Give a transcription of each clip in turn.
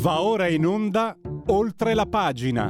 Va ora in onda Oltre la pagina.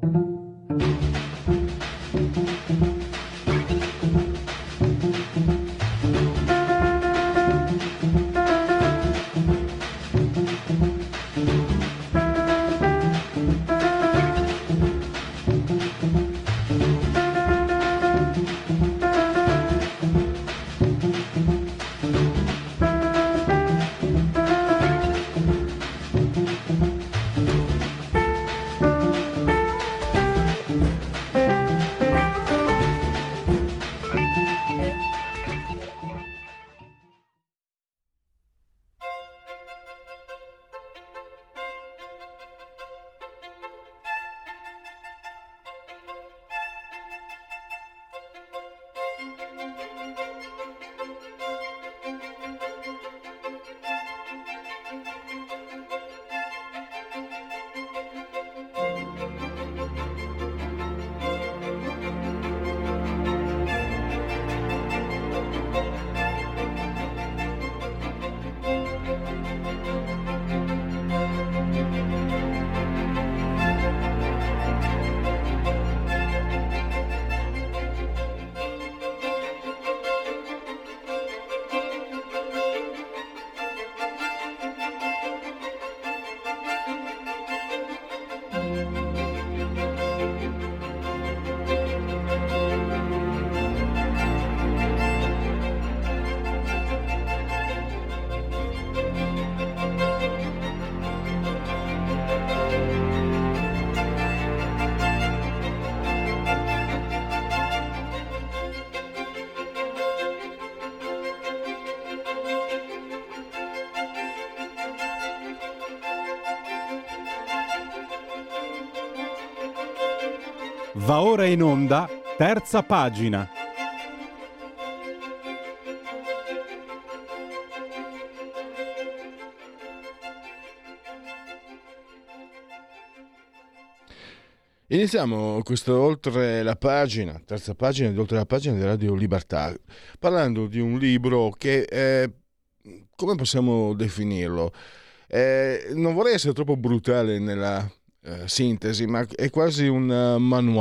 Va ora in onda Terza pagina. Iniziamo questo Oltre la pagina, terza pagina di Oltre la pagina di Radio Libertà, parlando di un libro che, come possiamo definirlo? Non vorrei essere troppo brutale nella sintesi, ma è quasi un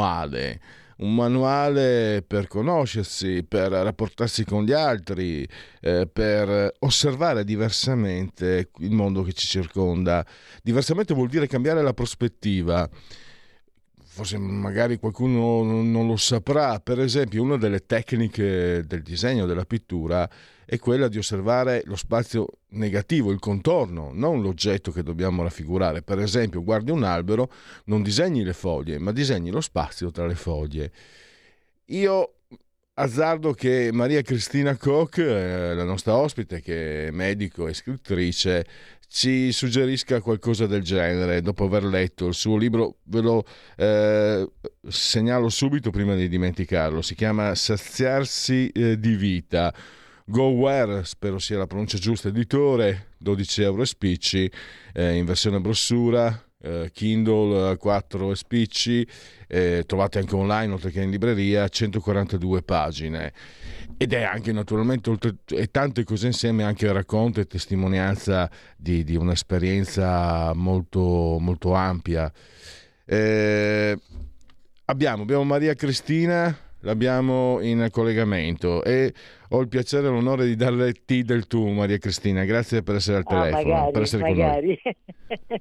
manuale per conoscersi, per rapportarsi con gli altri, per osservare diversamente il mondo che ci circonda. Diversamente vuol dire cambiare la prospettiva. Forse magari qualcuno non lo saprà. Per esempio, una delle tecniche del disegno, della pittura, è quella di osservare lo spazio negativo, il contorno, non l'oggetto che dobbiamo raffigurare. Per esempio, guardi un albero, non disegni le foglie, ma disegni lo spazio tra le foglie. Io azzardo che Maria Cristina Koch, la nostra ospite, che è medico e scrittrice, ci suggerisca qualcosa del genere dopo aver letto il suo libro. Ve lo segnalo subito prima di dimenticarlo. Si chiama Saziarsi di vita. Go Where, spero sia la pronuncia giusta, editore, 12 euro e spicci, in versione brossura, Kindle 4 e spicci, trovate anche online oltre che in libreria, 142 pagine. Ed è anche naturalmente, oltre e tante cose insieme, anche racconto e testimonianza di un'esperienza molto, molto ampia. Abbiamo Maria Cristina, l'abbiamo in collegamento e ho il piacere e l'onore di darle del tu, Maria Cristina. Grazie per essere al telefono, magari, per essere magari. con noi.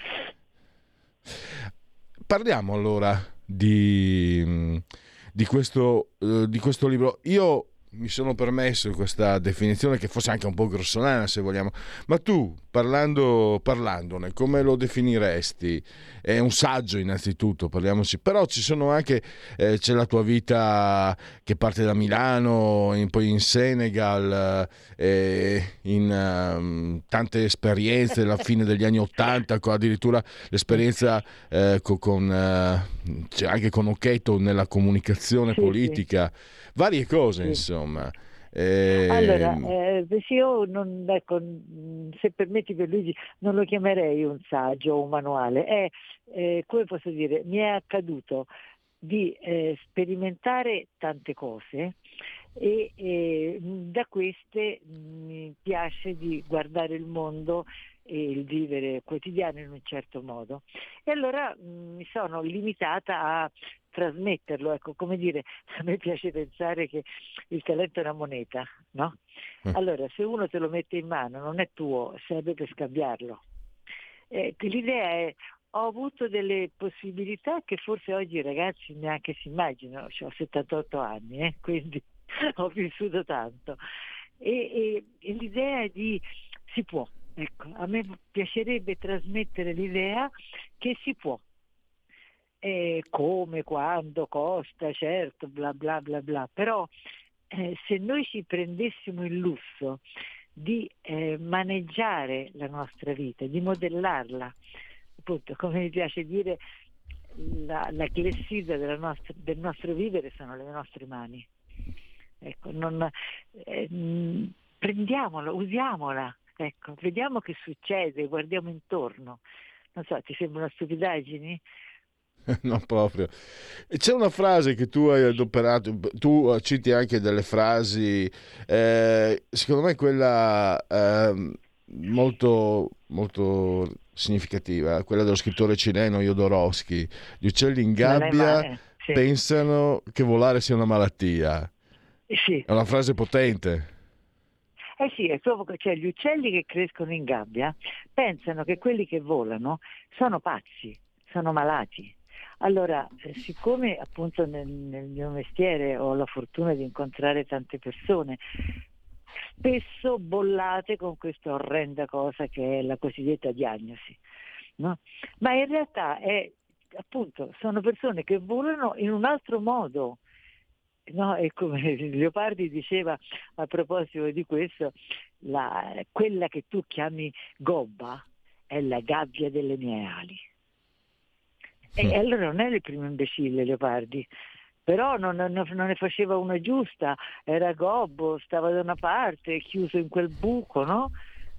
Parliamo allora di questo libro. Io mi sono permesso questa definizione, che forse anche un po' grossolana se vogliamo, ma tu parlandone, come lo definiresti? È un saggio innanzitutto, parliamoci, però ci sono anche c'è la tua vita che parte da Milano, poi in Senegal, in tante esperienze alla fine degli anni '80, addirittura l'esperienza anche con Occhetto nella comunicazione politica. Varie cose, sì. Insomma. Allora, se io se permetti, per Luigi, non lo chiamerei un saggio o un manuale. È, come posso dire, mi è accaduto di sperimentare tante cose e da queste mi piace di guardare il mondo e il vivere quotidiano in un certo modo. E allora mi sono limitata a trasmetterlo, ecco, come dire, a me piace pensare che il talento è una moneta, no? Allora, se uno te lo mette in mano, non è tuo, serve per scambiarlo. L'idea è, ho avuto delle possibilità che forse oggi i ragazzi neanche si immaginano, ho 78 anni, quindi ho vissuto tanto. E l'idea è di si può, ecco, a me piacerebbe trasmettere l'idea che si può. Come, quando, costa, certo, bla bla bla bla, però se noi ci prendessimo il lusso di maneggiare la nostra vita, di modellarla, appunto, come mi piace dire, la clessidra del nostro vivere sono le nostre mani. Ecco, prendiamola, usiamola, ecco, vediamo che succede, guardiamo intorno. Non so, ti sembra una stupidaggine? No, proprio. E c'è una frase che tu hai adoperato, tu citi anche delle frasi, secondo me quella molto, molto significativa, quella dello scrittore cileno Jodorowsky. Gli uccelli in gabbia Sì. pensano che volare sia una malattia. Sì. È una frase potente. Sì, è proprio che gli uccelli che crescono in gabbia pensano che quelli che volano sono pazzi, sono malati. Allora, siccome appunto nel mio mestiere ho la fortuna di incontrare tante persone, spesso bollate con questa orrenda cosa che è la cosiddetta diagnosi, no? Ma in realtà appunto, sono persone che volano in un altro modo. No, e come Leopardi diceva a proposito di questo, quella che tu chiami gobba è la gabbia delle mie ali. E allora non è il primo imbecille Leopardi, però non ne faceva una giusta, era gobbo, stava da una parte, chiuso in quel buco, no?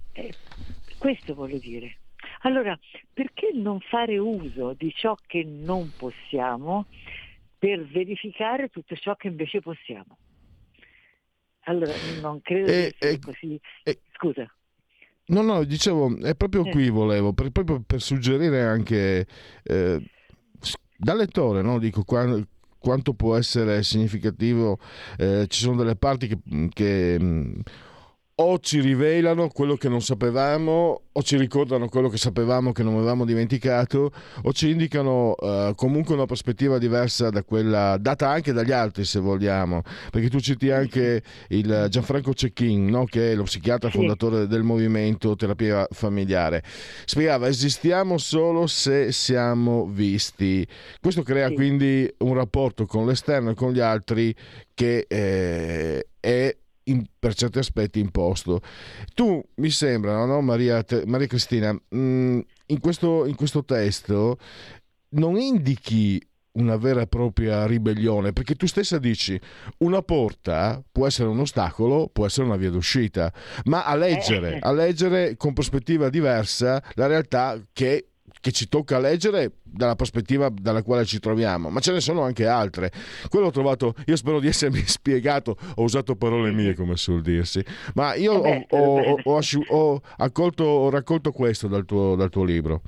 Questo voglio dire. Allora, perché non fare uso di ciò che non possiamo per verificare tutto ciò che invece possiamo? Allora, non credo che sia così. Scusa. No, dicevo, è proprio qui volevo, proprio per suggerire anche da lettore, no? Dico, quanto può essere significativo, ci sono delle parti che o ci rivelano quello che non sapevamo, o ci ricordano quello che sapevamo che non avevamo dimenticato, o ci indicano comunque una prospettiva diversa da quella data anche dagli altri, se vogliamo, perché tu citi anche il Gianfranco Cecchin, no? Che è lo psichiatra fondatore del movimento terapia familiare. Spiegava: esistiamo solo se siamo visti. Questo crea quindi un rapporto con l'esterno e con gli altri che è per certi aspetti imposto. Tu mi sembra, no, Maria Cristina, in questo testo non indichi una vera e propria ribellione, perché tu stessa dici una porta può essere un ostacolo, può essere una via d'uscita, ma a leggere con prospettiva diversa la realtà che ci tocca leggere dalla prospettiva dalla quale ci troviamo, ma ce ne sono anche altre. Quello ho trovato, io spero di essermi spiegato, ho usato parole mie come suol dirsi, ma io ho raccolto questo dal tuo libro.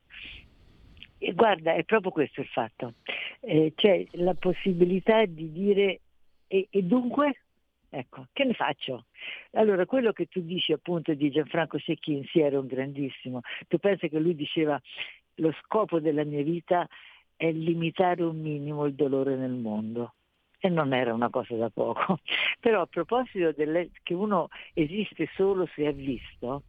E guarda, è proprio questo il fatto, c'è la possibilità di dire e dunque? Ecco, che ne faccio? Allora, quello che tu dici appunto di Gianfranco Cecchin, sì, era un grandissimo. Tu pensi che lui diceva: lo scopo della mia vita è limitare un minimo il dolore nel mondo. E non era una cosa da poco. Però a proposito che uno esiste solo se è visto,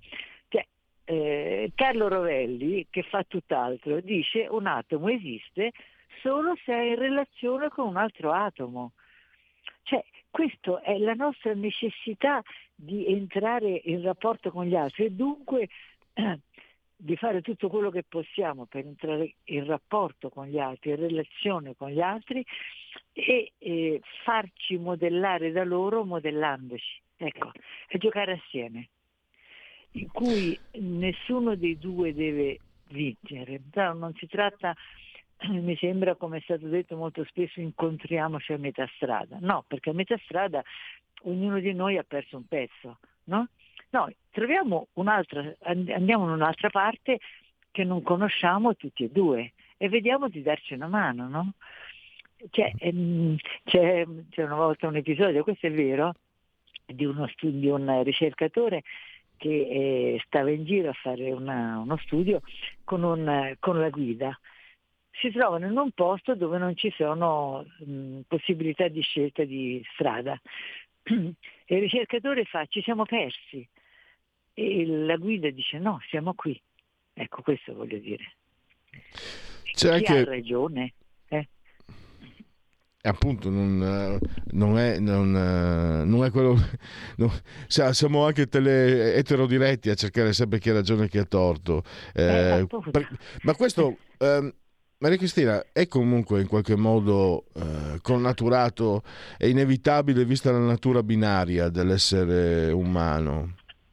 Carlo Rovelli, che fa tutt'altro, dice: un atomo esiste solo se è in relazione con un altro atomo. Cioè, questa è la nostra necessità di entrare in rapporto con gli altri e dunque di fare tutto quello che possiamo per entrare in rapporto con gli altri, in relazione con gli altri e farci modellare da loro modellandoci. Ecco, è giocare assieme, in cui nessuno dei due deve vincere. Non si tratta, mi sembra, come è stato detto molto spesso, incontriamoci a metà strada. No, perché a metà strada ognuno di noi ha perso un pezzo, no? No, troviamo andiamo in un'altra parte che non conosciamo tutti e due e vediamo di darci una mano, no? C'è una volta un episodio, questo è vero, di un ricercatore che stava in giro a fare uno studio con la guida. Si trovano in un posto dove non ci sono possibilità di scelta di strada. E il ricercatore fa: ci siamo persi. E la guida dice: no, siamo qui. Ecco, questo voglio dire. C'è Chi anche... ha ragione? Appunto non è quello siamo anche eterodiretti a cercare sempre chi ha ragione e chi ha torto, ma questo Maria Cristina è comunque in qualche modo connaturato e inevitabile vista la natura binaria dell'essere umano.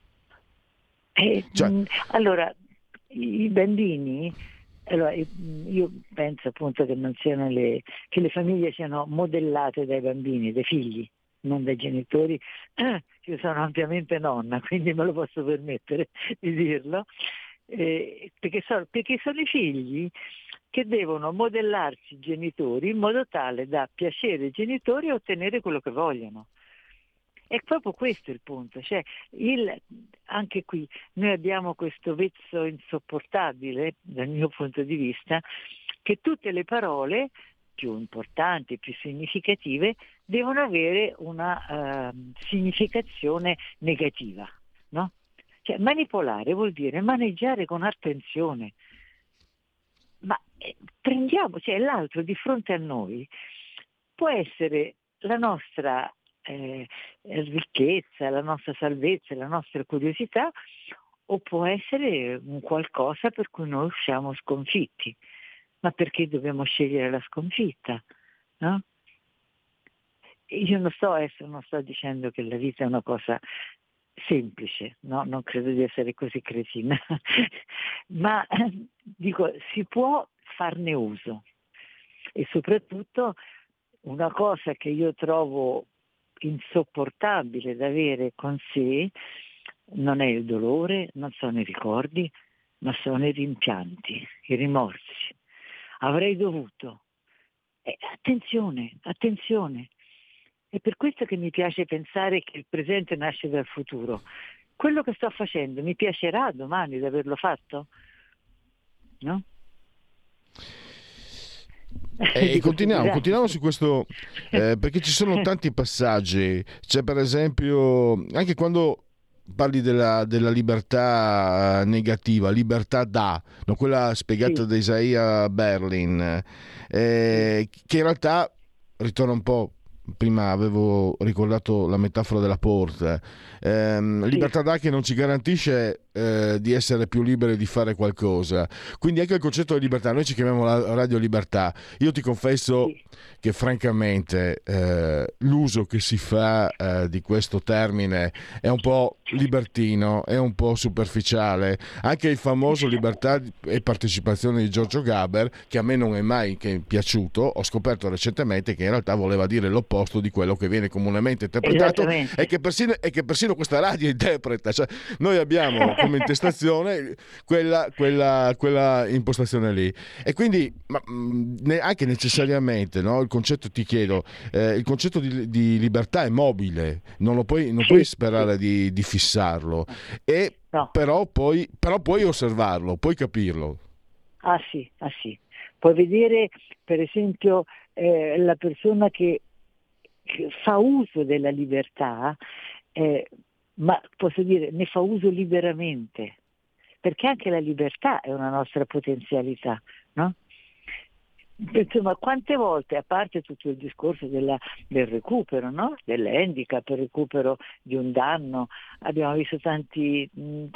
Allora, i bambini, allora, io penso appunto che non siano che le famiglie siano modellate dai bambini, dai figli, non dai genitori. Io sono ampiamente nonna, quindi me lo posso permettere di dirlo, perché sono i figli che devono modellarsi i genitori in modo tale da piacere ai genitori e ottenere quello che vogliono. È proprio questo il punto, cioè anche qui noi abbiamo questo vezzo insopportabile dal mio punto di vista, che tutte le parole più importanti, più significative devono avere una significazione negativa, no? Cioè manipolare vuol dire maneggiare con attenzione, ma prendiamo, cioè l'altro di fronte a noi può essere la nostra ricchezza, la nostra salvezza, la nostra curiosità, o può essere un qualcosa per cui noi usciamo sconfitti. Ma perché dobbiamo scegliere la sconfitta? No? Io non sto dicendo che la vita è una cosa semplice, no? Non credo di essere così cretina, ma dico, si può farne uso. E soprattutto una cosa che io trovo insopportabile da avere con sé non è il dolore, non sono i ricordi, ma sono i rimpianti, i rimorsi. Avrei dovuto. Attenzione. È per questo che mi piace pensare che il presente nasce dal futuro. Quello che sto facendo mi piacerà domani di averlo fatto? No? E continuiamo su questo, perché ci sono tanti passaggi. C'è per esempio anche quando parli della libertà negativa, libertà no, quella spiegata da Isaiah Berlin, che in realtà ritorna un po'. Prima avevo ricordato la metafora della porta. Libertà da che non ci garantisce di essere più liberi di fare qualcosa. Quindi anche il concetto di libertà, noi ci chiamiamo la radio libertà. Io ti confesso che francamente l'uso che si fa di questo termine è un po' libertino, è un po' superficiale. Anche il famoso libertà e partecipazione di Giorgio Gaber, che a me non è mai piaciuto, ho scoperto recentemente che in realtà voleva dire l'opposto di quello che viene comunemente interpretato e che persino questa radio interpreta. Cioè, noi abbiamo come intestazione quella impostazione lì, e quindi anche necessariamente, no? Il concetto, ti chiedo, il concetto di libertà è mobile, non puoi sperare di fissarlo, no. però puoi osservarlo, puoi capirlo. Ah sì. Puoi vedere per esempio la persona che fa uso della libertà, ma posso dire ne fa uso liberamente, perché anche la libertà è una nostra potenzialità, no? Insomma, quante volte, a parte tutto il discorso del recupero, no? Dell'handicap, il recupero di un danno, abbiamo visto tanti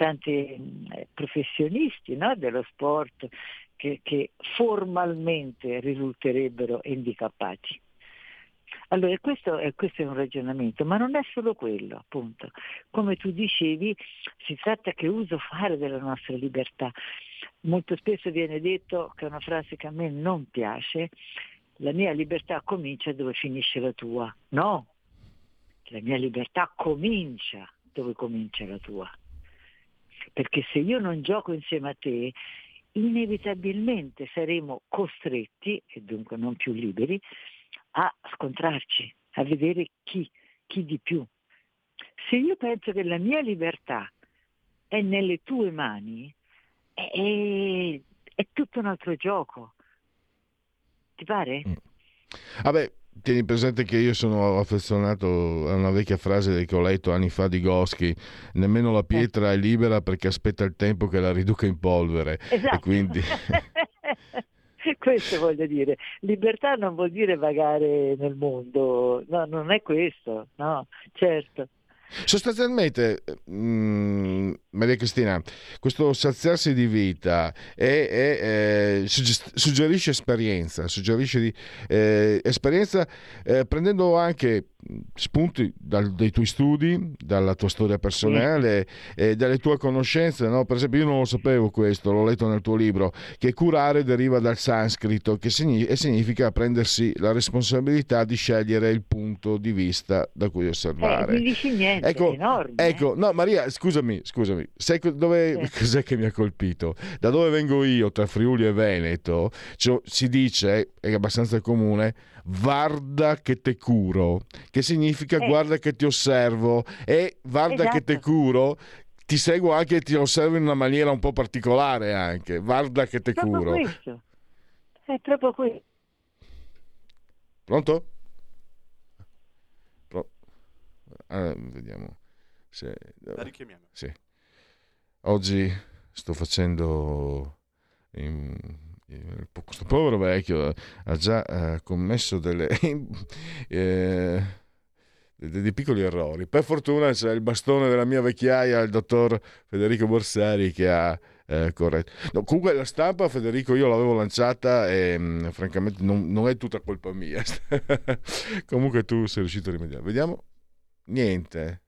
professionisti, no? Dello sport che formalmente risulterebbero handicappati. Allora questo è un ragionamento, ma non è solo quello, appunto. Come tu dicevi, si tratta che uso fare della nostra libertà. Molto spesso viene detto, che è una frase che a me non piace: la mia libertà comincia dove finisce la tua. No, la mia libertà comincia dove comincia la tua. Perché se io non gioco insieme a te, inevitabilmente saremo costretti, e dunque non più liberi, a scontrarci, a vedere chi di più. Se io penso che la mia libertà è nelle tue mani, è tutto un altro gioco. Ti pare? Vabbè, tieni presente che io sono affezionato a una vecchia frase che ho letto anni fa di Goschi: nemmeno la pietra è libera perché aspetta il tempo che la riduca in polvere. Esatto. E quindi... Questo voglio dire. Libertà non vuol dire vagare nel mondo, no, non è questo, no, certo. Sostanzialmente, Maria Cristina, questo saziarsi di vita suggerisce esperienza, esperienza, prendendo anche spunti dai tuoi studi, dalla tua storia personale e dalle tue conoscenze, no? Per esempio, io non lo sapevo questo, l'ho letto nel tuo libro, che curare deriva dal sanscrito, che significa prendersi la responsabilità di scegliere il punto di vista da cui osservare. Non dici niente, ecco, è enorme. Ecco, no, Maria, scusami, sai cos'è che mi ha colpito? Da dove vengo io, tra Friuli e Veneto, si dice, è abbastanza comune, "Varda che te curo", che significa guarda che ti osservo, e "Varda che te curo", ti seguo anche e ti osservo in una maniera un po' particolare anche, "Varda che te curo". Questo. È proprio questo. Pronto? Vediamo se la richiamiamo. Sì. Oggi sto facendo questo povero vecchio ha già commesso dei piccoli errori. Per fortuna c'è il bastone della mia vecchiaia, il dottor Federico Borsari, che ha corretto. No, comunque la stampa, Federico, io l'avevo lanciata e francamente non è tutta colpa mia. Comunque tu sei riuscito a rimediare. Vediamo. Niente.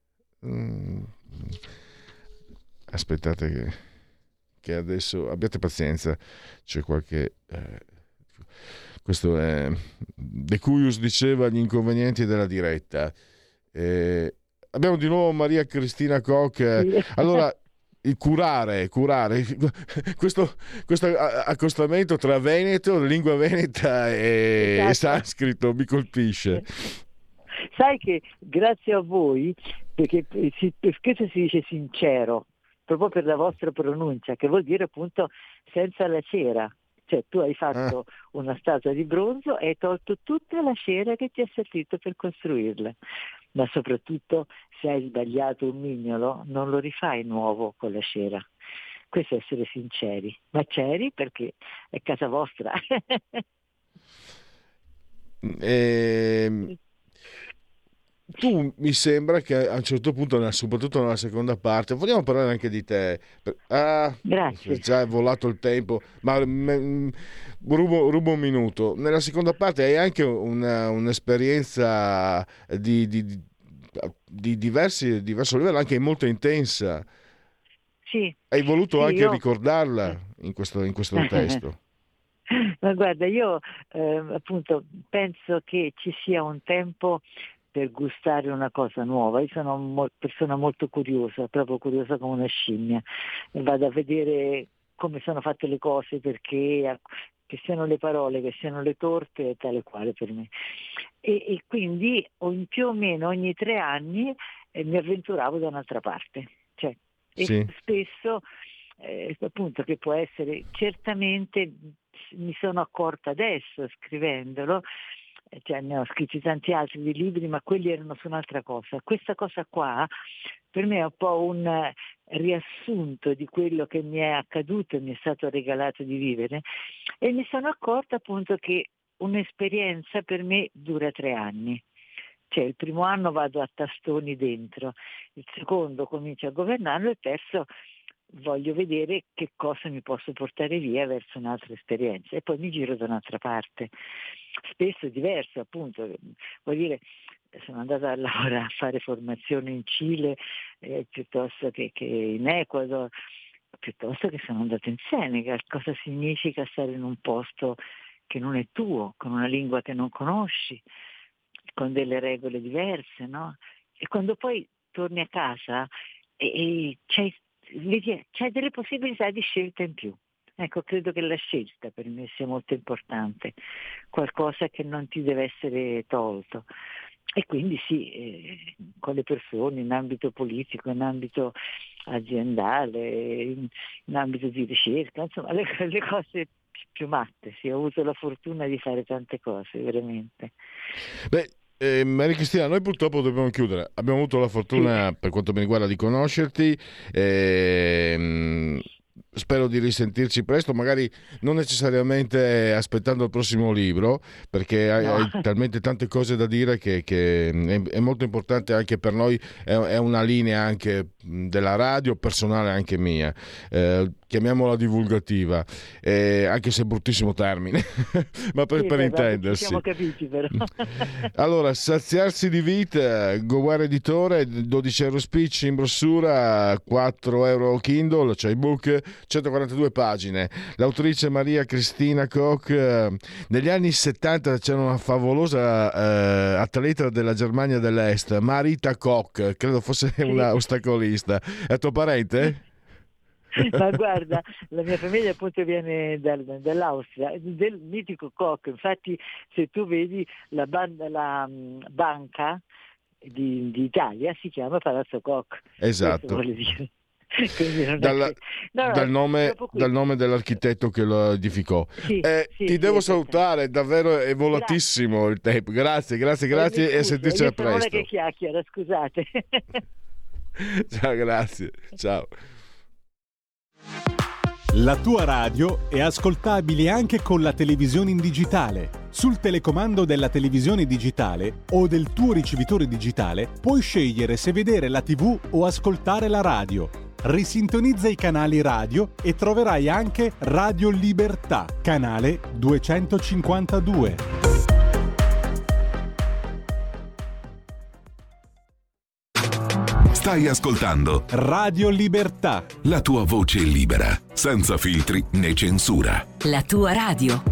Aspettate che adesso abbiate pazienza, c'è qualche questo è De Cuius, diceva gli inconvenienti della diretta. Abbiamo di nuovo Maria Cristina Koch. Allora, il curare questo accostamento tra Veneto, lingua veneta e sanscrito mi colpisce. Sai che grazie a voi, perché per questo si dice sincero, proprio per la vostra pronuncia, che vuol dire appunto senza la cera. Cioè tu hai fatto una statua di bronzo e hai tolto tutta la cera che ti è servito per costruirla. Ma soprattutto, se hai sbagliato un mignolo, non lo rifai nuovo con la cera. Questo è essere sinceri, ma ceri perché è casa vostra. Tu mi sembra che a un certo punto, soprattutto nella seconda parte, vogliamo parlare anche di te. Grazie. Già è volato il tempo, ma rubo un minuto. Nella seconda parte hai anche un'esperienza di diverso livello, anche molto intensa. Sì. Hai voluto anche ricordarla in questo testo. Ma guarda, io appunto penso che ci sia un tempo per gustare una cosa nuova. Io sono una persona molto curiosa, proprio curiosa come una scimmia. Vado a vedere come sono fatte le cose, perché che siano le parole, che siano le torte, è tale quale per me. E quindi più o meno ogni 3 anni mi avventuravo da un'altra parte. Cioè, sì. E spesso appunto che può essere, certamente mi sono accorta adesso scrivendolo, cioè ne ho scritti tanti altri di libri, ma quelli erano su un'altra cosa. Questa cosa qua per me è un po' un riassunto di quello che mi è accaduto e mi è stato regalato di vivere, e mi sono accorta appunto che un'esperienza per me dura 3 anni. Cioè il primo anno vado a tastoni dentro, il secondo comincio a governarlo, il terzo voglio vedere che cosa mi posso portare via verso un'altra esperienza, e poi mi giro da un'altra parte, spesso diverso appunto. Vuol dire, sono andata a lavorare, a fare formazione in Cile piuttosto che in Ecuador, piuttosto che sono andata in Senegal. Cosa significa stare in un posto che non è tuo, con una lingua che non conosci, con delle regole diverse, no? E quando poi torni a casa e c'hai delle possibilità di scelta in più. Ecco, credo che la scelta per me sia molto importante, qualcosa che non ti deve essere tolto. E quindi sì, con le persone in ambito politico, in ambito aziendale, in ambito di ricerca, insomma le cose più matte. Sì, ho avuto la fortuna di fare tante cose, veramente. Beh, Maria Cristina, noi purtroppo dobbiamo chiudere. Abbiamo avuto la fortuna, Sì. per quanto mi riguarda, di conoscerti. Spero di risentirci presto, magari non necessariamente aspettando il prossimo libro, perché No. hai talmente tante cose da dire che è molto importante anche per noi, è una linea anche della radio, personale anche mia, chiamiamola divulgativa, anche se è bruttissimo termine, ma per Sì, beh, intendersi. ci siamo capiti però. Allora, Saziarsi di vita, Goware Editore, 12 euro speech in brossura, 4 euro Kindle, cioè ebook, 142 pagine. L'autrice Maria Cristina Koch. Negli anni 70 c'era una favolosa atleta della Germania dell'Est, Marita Koch, credo fosse Sì. una ostacolista. È tuo parente? Ma guarda, la mia famiglia appunto viene dall'Austria, del mitico Koch. Infatti se tu vedi la banca di Italia si chiama Palazzo Koch. Esatto. Questo vuole dire. Quindi non dal nome dell'architetto che lo edificò. Sì, ti devo salutare, davvero è volatissimo il tempo. Grazie e a sentirci a presto. Sono una che chiacchiera, scusate. Ciao, grazie. Ciao. La tua radio è ascoltabile anche con la televisione in digitale. Sul telecomando della televisione digitale o del tuo ricevitore digitale puoi scegliere se vedere la TV o ascoltare la radio. Risintonizza i canali radio e troverai anche Radio Libertà, canale 252. Stai ascoltando Radio Libertà, la tua voce libera, senza filtri né censura. La tua radio.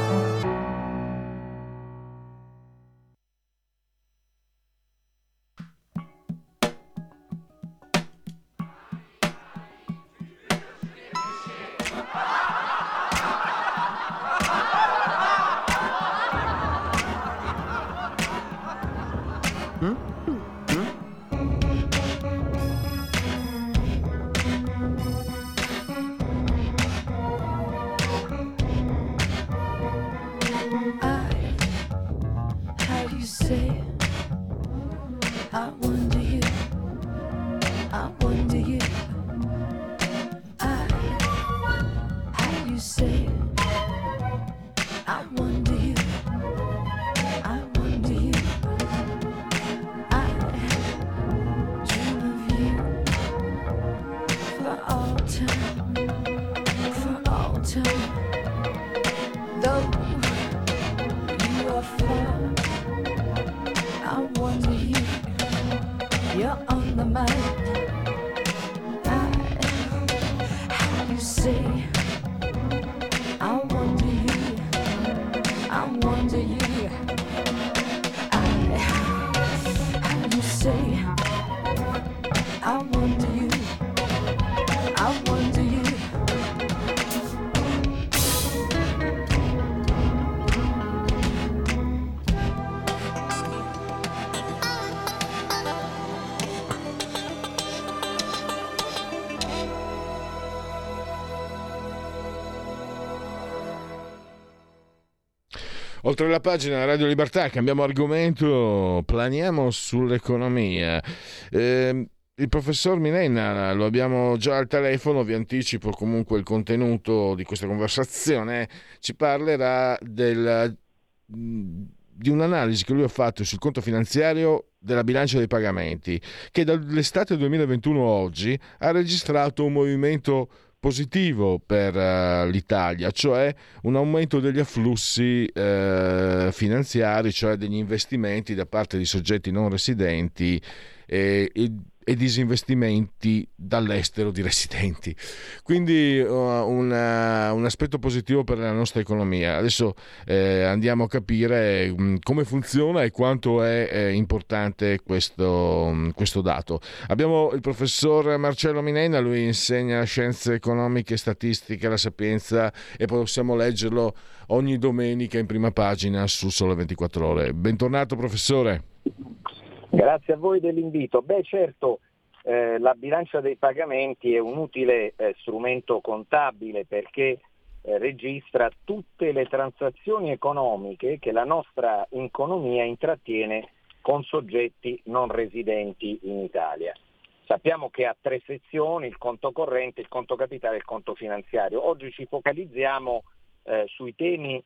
Oltre la pagina Radio Libertà, cambiamo argomento, planiamo sull'economia. Il professor Minenna lo abbiamo già al telefono, vi anticipo comunque il contenuto di questa conversazione. Ci parlerà di un'analisi che lui ha fatto sul conto finanziario della bilancia dei pagamenti, che dall'estate 2021 a oggi ha registrato un movimento positivo per l'Italia, cioè un aumento degli afflussi finanziari, cioè degli investimenti da parte di soggetti non residenti, e disinvestimenti dall'estero di residenti. Quindi un aspetto positivo per la nostra economia. Adesso andiamo a capire come funziona e quanto è importante questo dato. Abbiamo il professor Marcello Minenna, lui insegna scienze economiche e statistiche alla Sapienza e possiamo leggerlo ogni domenica in prima pagina su Sole 24 Ore. Bentornato professore. Grazie a voi dell'invito. Beh, certo, la bilancia dei pagamenti è un utile strumento contabile perché registra tutte le transazioni economiche che la nostra economia intrattiene con soggetti non residenti in Italia. Sappiamo che ha 3 sezioni: il conto corrente, il conto capitale e il conto finanziario. Oggi ci focalizziamo sui temi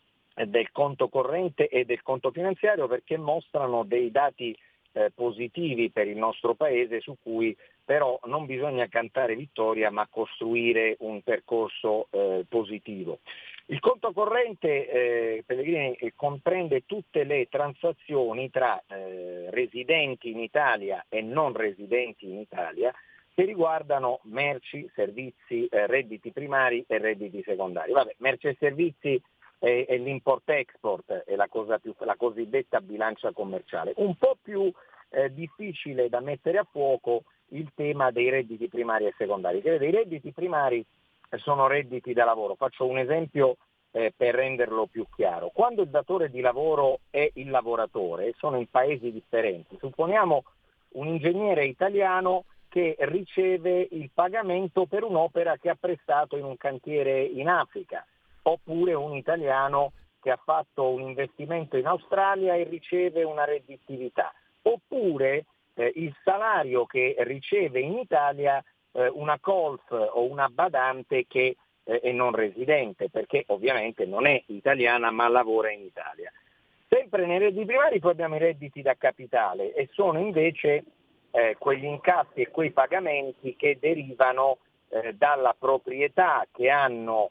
del conto corrente e del conto finanziario perché mostrano dei dati positivi per il nostro paese, su cui però non bisogna cantare vittoria ma costruire un percorso positivo. Il conto corrente, Pellegrini, comprende tutte le transazioni tra residenti in Italia e non residenti in Italia che riguardano merci, servizi, redditi primari e redditi secondari. Merci e servizi e l'import-export è la cosiddetta bilancia commerciale. Un po' più difficile da mettere a fuoco il tema dei redditi primari e secondari. I redditi primari sono redditi da lavoro. Faccio un esempio per renderlo più chiaro. Quando il datore di lavoro è il lavoratore, sono in paesi differenti. Supponiamo un ingegnere italiano che riceve il pagamento per un'opera che ha prestato in un cantiere in Africa, oppure un italiano che ha fatto un investimento in Australia e riceve una redditività, oppure il salario che riceve in Italia una colf o una badante che è non residente, perché ovviamente non è italiana ma lavora in Italia. Sempre nei redditi primari poi abbiamo i redditi da capitale e sono invece quegli incassi e quei pagamenti che derivano dalla proprietà che hanno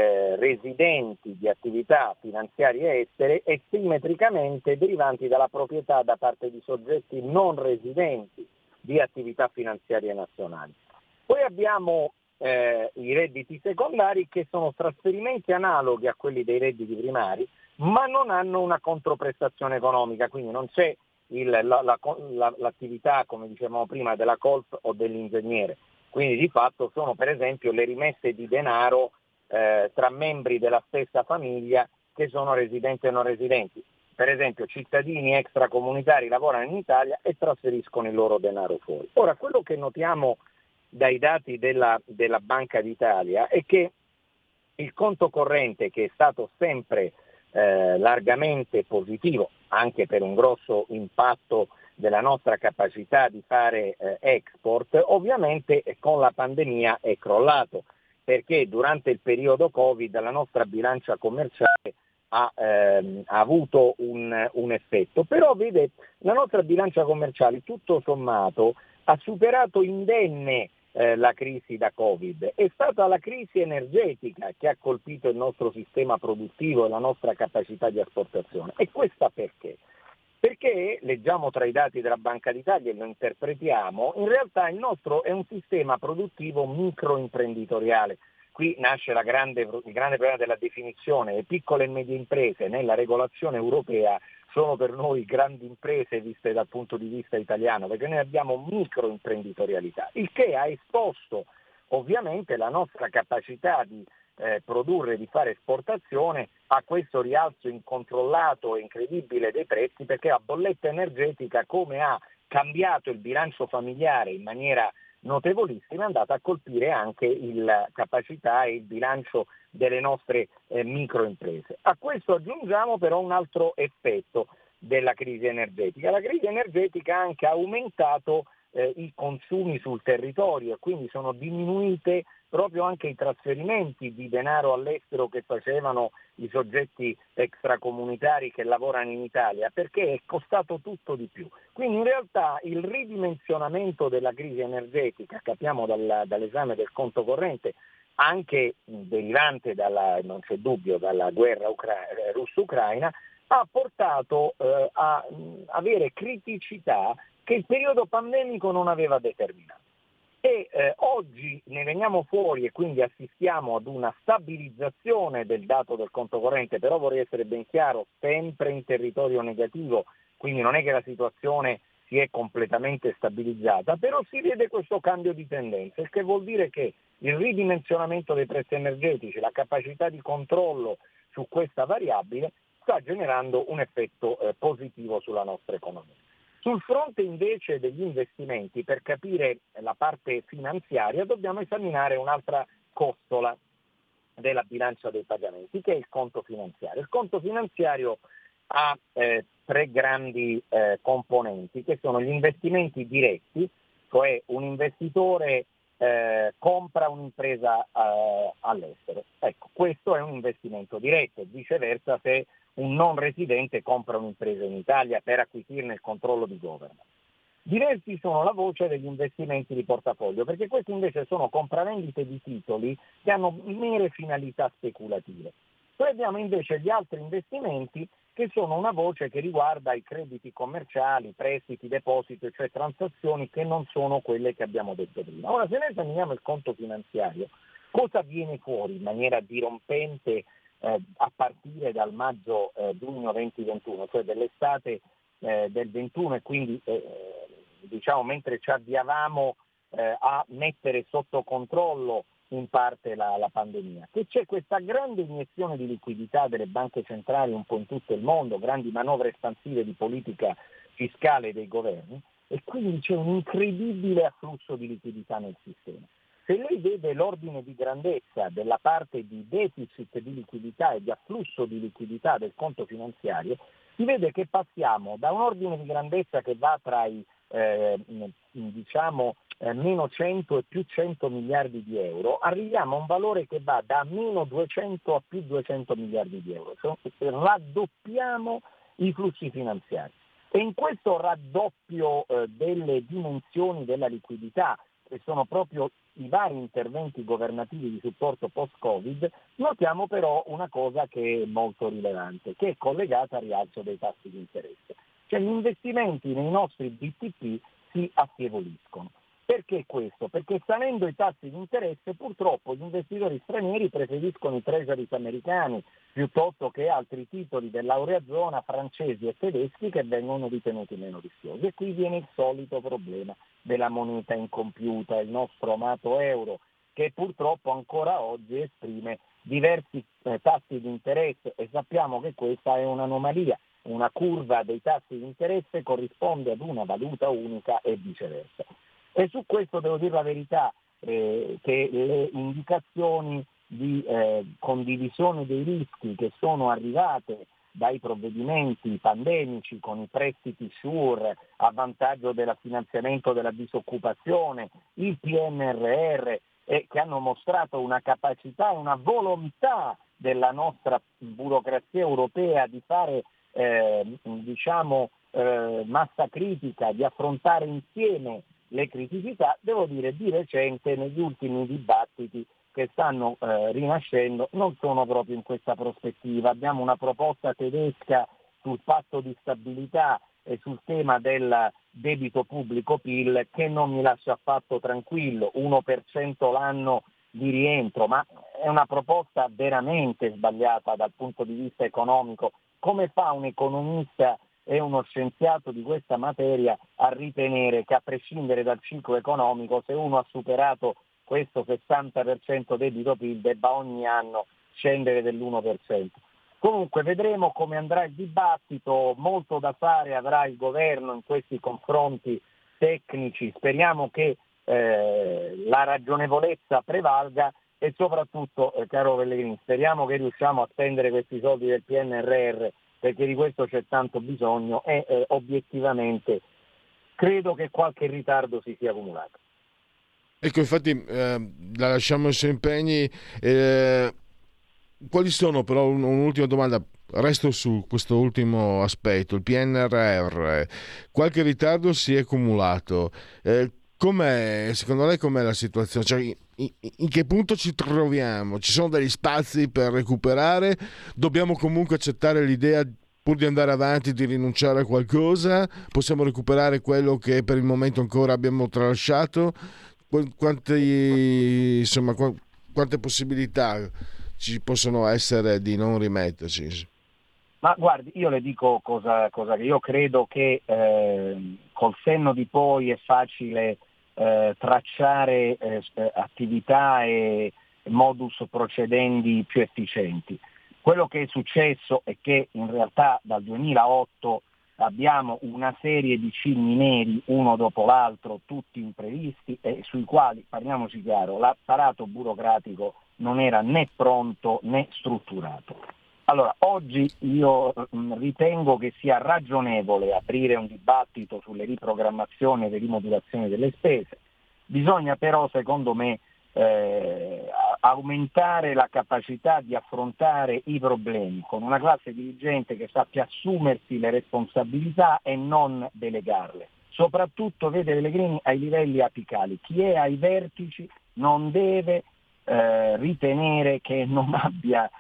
residenti di attività finanziarie estere e simmetricamente derivanti dalla proprietà da parte di soggetti non residenti di attività finanziarie nazionali. Poi abbiamo i redditi secondari, che sono trasferimenti analoghi a quelli dei redditi primari ma non hanno una controprestazione economica, quindi non c'è l'attività, come dicevamo prima, della colf o dell'ingegnere. Quindi di fatto sono per esempio le rimesse di denaro tra membri della stessa famiglia che sono residenti e non residenti. Per esempio cittadini extracomunitari lavorano in Italia e trasferiscono il loro denaro fuori. Ora, quello che notiamo dai dati della Banca d'Italia è che il conto corrente, che è stato sempre largamente positivo, anche per un grosso impatto della nostra capacità di fare export, ovviamente con la pandemia è crollato, perché durante il periodo Covid la nostra bilancia commerciale ha avuto un effetto. Però vede, la nostra bilancia commerciale tutto sommato ha superato indenne la crisi da Covid. È stata la crisi energetica che ha colpito il nostro sistema produttivo e la nostra capacità di esportazione. E questa perché? Perché, leggiamo tra i dati della Banca d'Italia e lo interpretiamo, in realtà il nostro è un sistema produttivo microimprenditoriale. Qui nasce il grande problema della definizione. Le piccole e medie imprese nella regolazione europea sono per noi grandi imprese viste dal punto di vista italiano, perché noi abbiamo microimprenditorialità, il che ha esposto ovviamente la nostra capacità di produrre e di fare esportazione a questo rialzo incontrollato e incredibile dei prezzi, perché la bolletta energetica, come ha cambiato il bilancio familiare in maniera notevolissima, è andata a colpire anche la capacità e il bilancio delle nostre microimprese. A questo aggiungiamo però un altro effetto della crisi energetica. La crisi energetica ha anche aumentato i consumi sul territorio e quindi sono diminuite proprio anche i trasferimenti di denaro all'estero che facevano i soggetti extracomunitari che lavorano in Italia, perché è costato tutto di più. Quindi in realtà il ridimensionamento della crisi energetica, capiamo dall'esame del conto corrente, anche derivante non c'è dubbio, dalla guerra russo-ucraina, ha portato a avere criticità che il periodo pandemico non aveva determinato. E oggi ne veniamo fuori e quindi assistiamo ad una stabilizzazione del dato del conto corrente, però vorrei essere ben chiaro, sempre in territorio negativo, quindi non è che la situazione si è completamente stabilizzata, però si vede questo cambio di tendenza, il che vuol dire che il ridimensionamento dei prezzi energetici, la capacità di controllo su questa variabile sta generando un effetto positivo sulla nostra economia. Sul fronte invece degli investimenti, per capire la parte finanziaria, dobbiamo esaminare un'altra costola della bilancia dei pagamenti, che è il conto finanziario. Il conto finanziario ha tre grandi componenti, che sono gli investimenti diretti, cioè un investitore compra un'impresa all'estero. Ecco, questo è un investimento diretto, viceversa se un non residente compra un'impresa in Italia per acquisirne il controllo di governance. Diversi sono la voce degli investimenti di portafoglio, perché questi invece sono compravendite di titoli che hanno mere finalità speculative. Poi abbiamo invece gli altri investimenti che sono una voce che riguarda i crediti commerciali, prestiti, depositi, cioè transazioni che non sono quelle che abbiamo detto prima. Ora, se noi esaminiamo il conto finanziario, cosa viene fuori in maniera dirompente a partire dal maggio-giugno 2021, cioè dell'estate del 21 e quindi diciamo mentre ci avviavamo a mettere sotto controllo in parte la pandemia, che c'è questa grande iniezione di liquidità delle banche centrali un po' in tutto il mondo, grandi manovre espansive di politica fiscale dei governi e quindi c'è un incredibile afflusso di liquidità nel sistema. Se lei vede l'ordine di grandezza della parte di deficit di liquidità e di afflusso di liquidità del conto finanziario, si vede che passiamo da un ordine di grandezza che va tra i meno 100 e più 100 miliardi di euro, arriviamo a un valore che va da meno 200 a più 200 miliardi di euro, cioè raddoppiamo i flussi finanziari. E in questo raddoppio delle dimensioni della liquidità, che sono proprio i vari interventi governativi di supporto post-Covid, notiamo però una cosa che è molto rilevante, che è collegata al rialzo dei tassi di interesse. Cioè gli investimenti nei nostri BTP si affievoliscono. Perché questo? Perché salendo i tassi di interesse purtroppo gli investitori stranieri preferiscono i treasuries americani piuttosto che altri titoli dell'aurea zona francesi e tedeschi che vengono ritenuti meno rischiosi. E qui viene il solito problema della moneta incompiuta, il nostro amato euro, che purtroppo ancora oggi esprime diversi tassi di interesse e sappiamo che questa è un'anomalia. Una curva dei tassi di interesse corrisponde ad una valuta unica e viceversa. E su questo devo dire la verità, che le indicazioni di condivisione dei rischi che sono arrivate dai provvedimenti pandemici con i prestiti SURE a vantaggio del finanziamento della disoccupazione, il PNRR, che hanno mostrato una capacità e una volontà della nostra burocrazia europea di fare massa critica, di affrontare insieme le criticità, devo dire di recente negli ultimi dibattiti che stanno rinascendo non sono proprio in questa prospettiva. Abbiamo una proposta tedesca sul patto di stabilità e sul tema del debito pubblico PIL che non mi lascia affatto tranquillo, 1% l'anno di rientro, ma è una proposta veramente sbagliata dal punto di vista economico. Come fa un economista e uno scienziato di questa materia a ritenere che a prescindere dal ciclo economico, se uno ha superato questo 60% debito PIL debba ogni anno scendere dell'1%? Comunque vedremo come andrà il dibattito, molto da fare avrà il governo in questi confronti tecnici, speriamo che la ragionevolezza prevalga e soprattutto, caro Pellegrini, speriamo che riusciamo a spendere questi soldi del PNRR perché di questo c'è tanto bisogno e obiettivamente credo che qualche ritardo si sia accumulato. Ecco, infatti la lasciamo ai suoi impegni. Quali sono però, un'ultima domanda, resto su questo ultimo aspetto, il PNRR, qualche ritardo si è accumulato. Secondo lei com'è la situazione? Cioè, in che punto ci troviamo? Ci sono degli spazi per recuperare? Dobbiamo comunque accettare l'idea pur di andare avanti, di rinunciare a qualcosa? Possiamo recuperare quello che per il momento ancora abbiamo tralasciato? Quante possibilità ci possono essere di non rimetterci? Ma guardi, io le dico cosa che io credo che col senno di poi è facile tracciare attività e modus procedendi più efficienti. Quello che è successo è che in realtà dal 2008 abbiamo una serie di cigni neri uno dopo l'altro, tutti imprevisti e sui quali, parliamoci chiaro, l'apparato burocratico non era né pronto né strutturato. Allora, oggi io ritengo che sia ragionevole aprire un dibattito sulle riprogrammazioni e le rimodulazioni delle spese. Bisogna però, secondo me, aumentare la capacità di affrontare i problemi con una classe dirigente che sappia assumersi le responsabilità e non delegarle. Soprattutto, vede Pellegrini, ai livelli apicali. Chi è ai vertici non deve ritenere che non abbia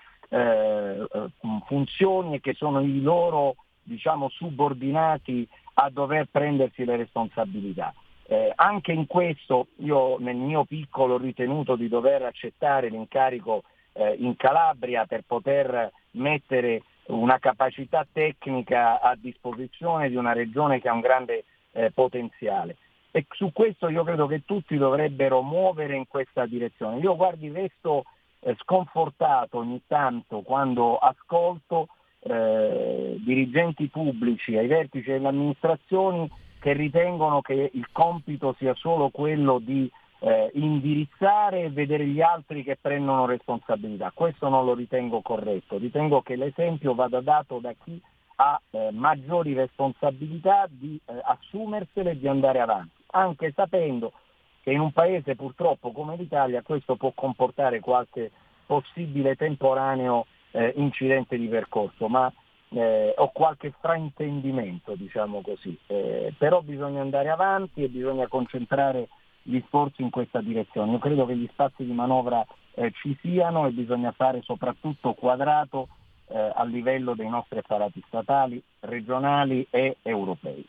funzioni e che sono i loro, subordinati a dover prendersi le responsabilità. Anche in questo io nel mio piccolo ho ritenuto di dover accettare l'incarico in Calabria per poter mettere una capacità tecnica a disposizione di una regione che ha un grande potenziale. E su questo io credo che tutti dovrebbero muovere in questa direzione. Io resto sconfortato ogni tanto quando ascolto dirigenti pubblici ai vertici delle amministrazioni che ritengono che il compito sia solo quello di indirizzare e vedere gli altri che prendono responsabilità. Questo non lo ritengo corretto, ritengo che l'esempio vada dato da chi ha maggiori responsabilità di assumersele e di andare avanti, anche sapendo che in un paese purtroppo come l'Italia questo può comportare qualche possibile temporaneo incidente di percorso, ma o qualche fraintendimento, così. Però bisogna andare avanti e bisogna concentrare gli sforzi in questa direzione. Io credo che gli spazi di manovra ci siano e bisogna fare soprattutto quadrato a livello dei nostri apparati statali, regionali e europei.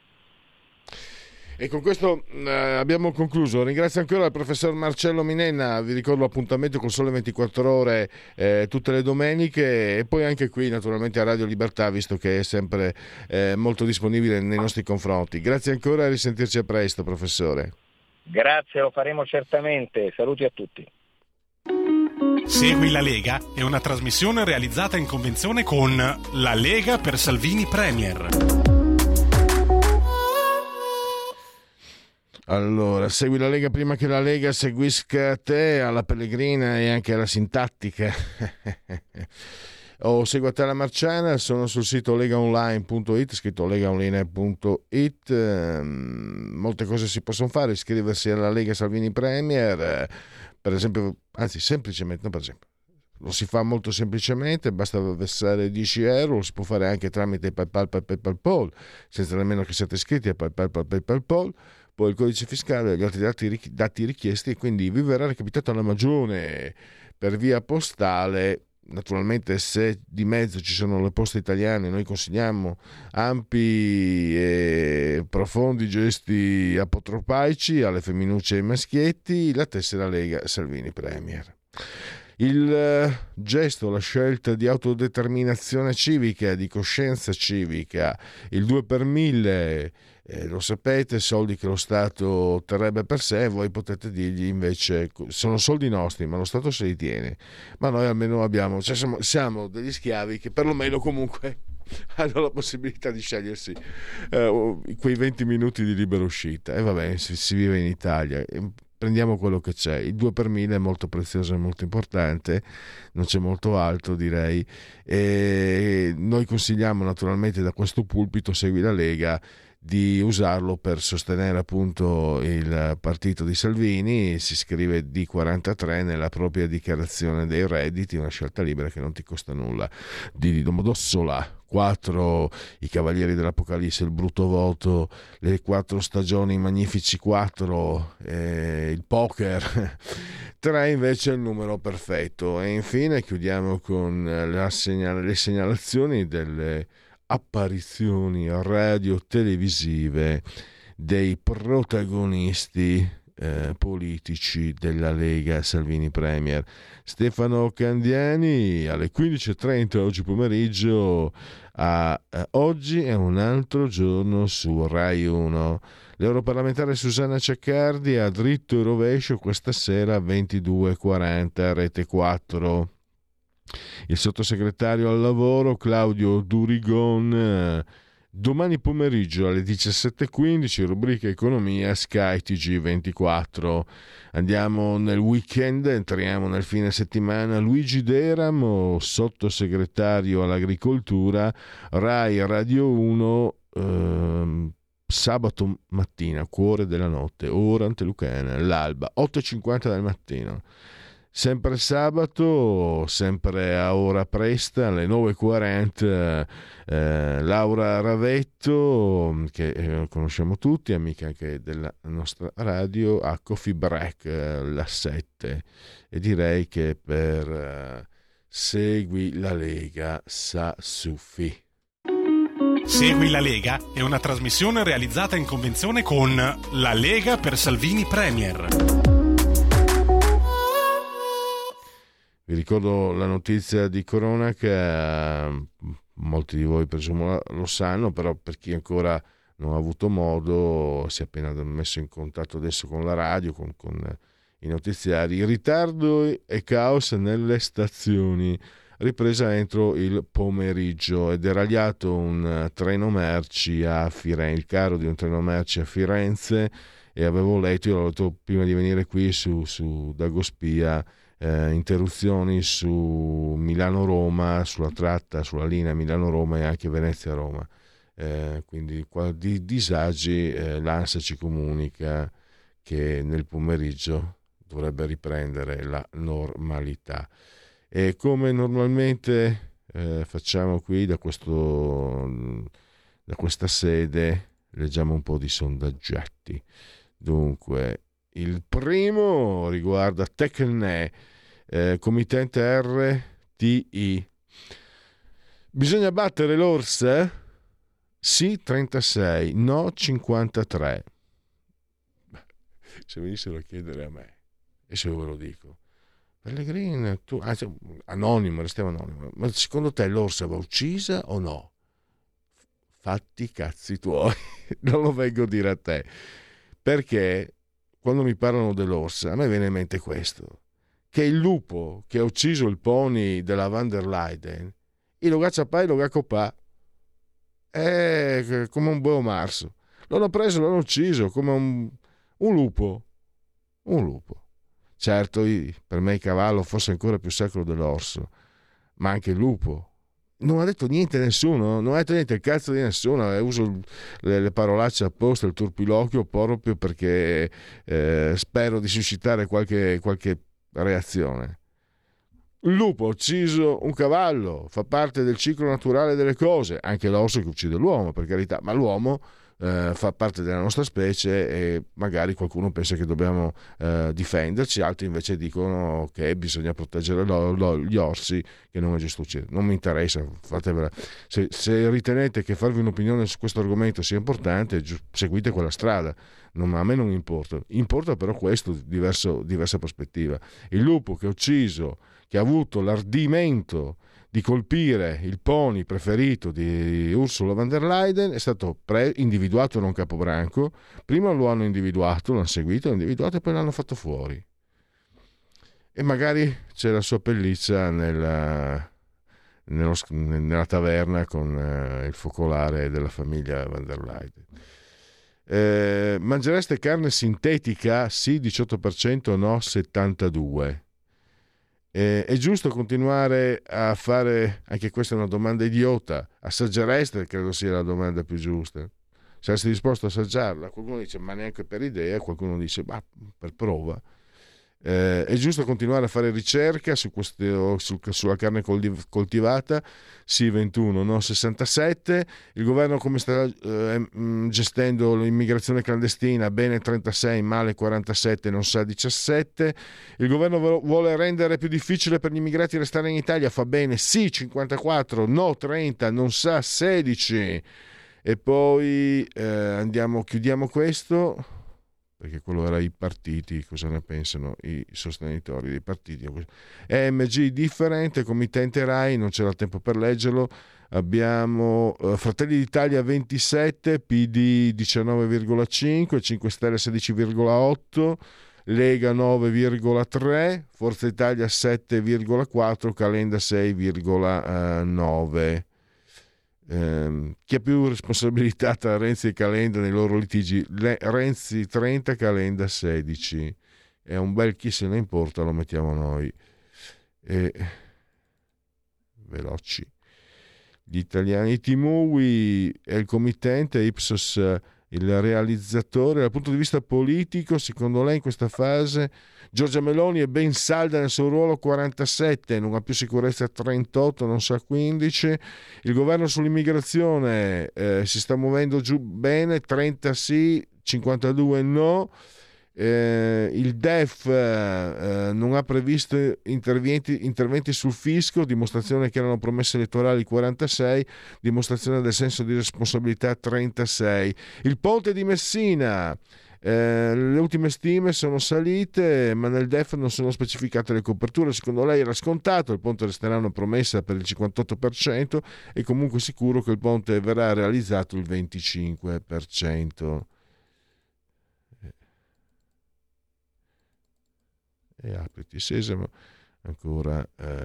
E con questo abbiamo concluso. Ringrazio ancora il professor Marcello Minenna, vi ricordo l'appuntamento con Sole 24 Ore tutte le domeniche e poi anche qui naturalmente a Radio Libertà, visto che è sempre molto disponibile nei nostri confronti. Grazie ancora e risentirci a presto, professore. Grazie, lo faremo certamente. Saluti a tutti. Segui la Lega è una trasmissione realizzata in convenzione con La Lega per Salvini Premier. Allora, segui la Lega prima che la Lega seguisca te, alla Pellegrina e anche alla sintattica. O segui a te la Marciana, sono sul sito legaonline.it, scritto legaonline.it. Molte cose si possono fare, iscriversi alla Lega Salvini Premier, per esempio, anzi semplicemente, no, per esempio, lo si fa molto semplicemente, basta versare 10 euro, lo si può fare anche tramite PayPal, senza nemmeno che siate iscritti a PayPal. Poi il codice fiscale e gli altri dati richiesti, e quindi vi verrà recapitato alla magione per via postale. Naturalmente, se di mezzo ci sono le poste italiane, noi consigliamo ampi e profondi gesti apotropaici alle femminucce e ai maschietti, la tessera Lega Salvini Premier. Il gesto, la scelta di autodeterminazione civica, di coscienza civica, il 2 per 1000, lo sapete, soldi che lo Stato terrebbe per sé, voi potete dirgli invece sono soldi nostri, ma lo Stato se li tiene, ma noi almeno abbiamo, siamo degli schiavi che perlomeno comunque hanno la possibilità di scegliersi quei 20 minuti di libera uscita. E va bene, si vive in Italia, prendiamo quello che c'è. Il 2 per 1000 è molto prezioso e molto importante, non c'è molto altro, direi, e noi consigliamo naturalmente da questo pulpito Segui la Lega di usarlo per sostenere appunto il partito di Salvini. Si scrive D43 nella propria dichiarazione dei redditi, una scelta libera che non ti costa nulla. Di Domodossola 4 i Cavalieri dell'Apocalisse, il brutto voto, le 4 stagioni, i magnifici 4, il poker 3 invece è il numero perfetto. E infine chiudiamo con le segnalazioni delle apparizioni radio-televisive dei protagonisti politici della Lega Salvini Premier. Stefano Candiani alle 15.30 oggi pomeriggio Oggi è un altro giorno su Rai 1. L'europarlamentare Susanna Ceccardi a Dritto e Rovescio questa sera a 22.40 Rete 4. Il sottosegretario al lavoro Claudio Durigon domani pomeriggio alle 17.15 rubrica Economia Sky TG24. Andiamo nel weekend, entriamo nel fine settimana. Luigi Deramo, sottosegretario all'agricoltura, Rai Radio 1, sabato mattina, cuore della notte, ora antelucana, l'alba, 8.50 del mattino. Sempre sabato, sempre a ora presta, alle 9.40, Laura Ravetto, che conosciamo tutti, amica anche della nostra radio, a Coffee Break, la 7. E direi che per Segui la Lega sa suffi. Segui la Lega è una trasmissione realizzata in convenzione con La Lega per Salvini Premier. Vi ricordo la notizia di Corona che molti di voi presumo lo sanno, però per chi ancora non ha avuto modo si è appena messo in contatto adesso con la radio, con i notiziari. Ritardo e caos nelle stazioni, ripresa entro il pomeriggio, ed è deragliato un treno merci a Firenze, il carro di un treno merci a Firenze, e avevo letto prima di venire qui su Dagospia, interruzioni su Milano-Roma, sulla tratta, sulla linea Milano-Roma e anche Venezia-Roma, quindi di disagi. L'ANSA ci comunica che nel pomeriggio dovrebbe riprendere la normalità, e come normalmente facciamo qui da questa sede leggiamo un po' di sondaggetti. Dunque, il primo riguarda Tecne, committente RTI. Bisogna battere l'Orsa? Sì 36, no 53. Se venissero a chiedere a me, e se ve lo dico, Pellegrini, tu, anonimo, restiamo anonimo, ma secondo te l'Orsa va uccisa o no? Fatti i cazzi tuoi, non lo vengo a dire a te, perché quando mi parlano dell'Orsa a me viene in mente questo, che il lupo che ha ucciso il pony della Van der Leyden, lo gacciapà e lo gacopà, è come un bue marzo, l'hanno preso, l'hanno ucciso come un lupo. Certo, per me il cavallo fosse ancora più sacro dell'orso, ma anche il lupo. Non ha detto niente nessuno, non ha detto niente il cazzo di nessuno, uso le parolacce apposta, il turpiloquio, proprio perché spero di suscitare qualche reazione. Il lupo ha ucciso un cavallo, fa parte del ciclo naturale delle cose, anche l'orso che uccide l'uomo, per carità, ma l'uomo fa parte della nostra specie e magari qualcuno pensa che dobbiamo difenderci, altri invece dicono che bisogna proteggere gli orsi, che non è giusto uccidere. Non mi interessa, fatevela. Se ritenete che farvi un'opinione su questo argomento sia importante, seguite quella strada. A me non importa però questo, diversa prospettiva. Il lupo che ha ucciso, che ha avuto l'ardimento di colpire il pony preferito di Ursula von der Leyen, è stato individuato da un capobranco. Prima lo hanno individuato, l'hanno seguito, l'hanno individuato e poi l'hanno fatto fuori. E magari c'è la sua pelliccia nella taverna con il focolare della famiglia von der Leyen. Mangereste carne sintetica? Sì, 18%, no, 72%. È giusto continuare a fare, anche questa è una domanda idiota, assaggereste? Credo sia la domanda più giusta. Saresti disposto a assaggiarla? Qualcuno dice ma neanche per idea, qualcuno dice ma per prova. È giusto continuare a fare ricerca sulla carne coltivata? Sì, 21, no 67. Il governo come sta gestendo l'immigrazione clandestina? Bene 36, male 47, non sa 17. Il governo vuole rendere più difficile per gli immigrati restare in Italia? Fa bene? Sì, 54, no 30, non sa 16. E poi chiudiamo questo, perché quello era i partiti, cosa ne pensano i sostenitori dei partiti. EMG differente, committente Rai, non c'era tempo per leggerlo. Abbiamo Fratelli d'Italia 27, PD 19,5, 5 Stelle 16,8, Lega 9,3, Forza Italia 7,4, Calenda 6,9. Chi ha più responsabilità tra Renzi e Calenda nei loro litigi? Renzi 30, Calenda 16. È un bel chi se ne importa, lo mettiamo noi. Veloci. Gli italiani, Timui è il committente, Ipsos il realizzatore. Dal punto di vista politico, secondo lei in questa fase Giorgia Meloni è ben salda nel suo ruolo, 47, non ha più sicurezza, 38, non sa 15. Il governo sull'immigrazione si sta muovendo giù bene, 30 sì, 52 no. Il DEF non ha previsto interventi sul fisco, dimostrazione che erano promesse elettorali, 46, dimostrazione del senso di responsabilità, 36. Il ponte di Messina, le ultime stime sono salite, ma nel DEF non sono specificate le coperture. Secondo lei era scontato, il ponte resterà una promessa per il 58% e comunque sicuro che il ponte verrà realizzato il 25%. E apriti sesamo ancora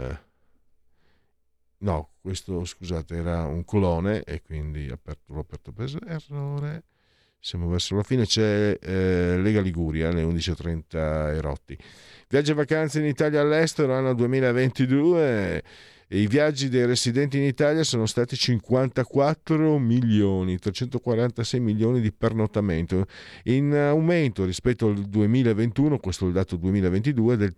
no, questo scusate era un colone e quindi l'ho aperto per errore. Siamo verso la fine, c'è Lega Liguria alle 11.30 erotti. Viaggi e vacanze in Italia all'estero anno 2022. E i viaggi dei residenti in Italia sono stati 54 milioni, 346 milioni di pernottamento, in aumento rispetto al 2021, questo è il dato 2022, del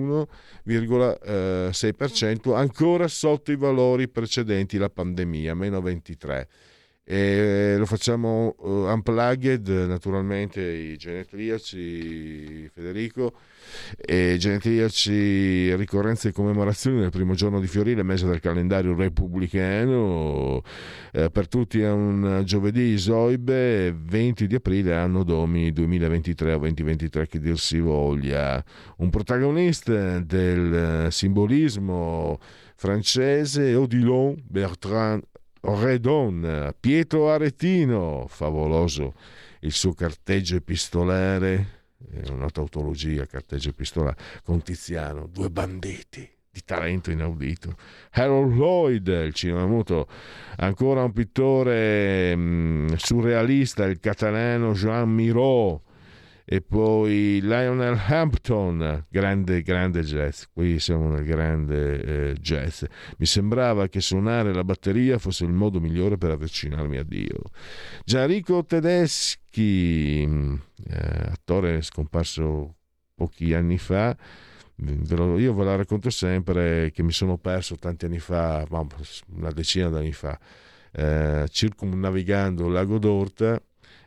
31,6%, ancora sotto i valori precedenti la pandemia, meno 23%. E lo facciamo unplugged, naturalmente i genetriaci, Federico, e genetriaci, ricorrenze e commemorazioni del primo giorno di Fiorile, mese del calendario repubblicano, per tutti è un giovedì isoibe, 20 di aprile, anno domini 2023 o 2023 che dir si voglia. Un protagonista del simbolismo francese, Odilon Bertrand Redon, Pietro Aretino, favoloso il suo carteggio epistolare, una tautologia, carteggio epistolare, con Tiziano, due banditi di talento inaudito. Harold Lloyd, il cinema muto, ancora un pittore surrealista, il catalano Jean Miró, e poi Lionel Hampton, grande jazz. Qui siamo nel grande jazz. Mi sembrava che suonare la batteria fosse il modo migliore per avvicinarmi a Dio. Gianrico Tedeschi, attore scomparso pochi anni fa. Io ve la racconto sempre che mi sono perso tanti anni fa, una decina d'anni fa, circumnavigando il lago d'Orta.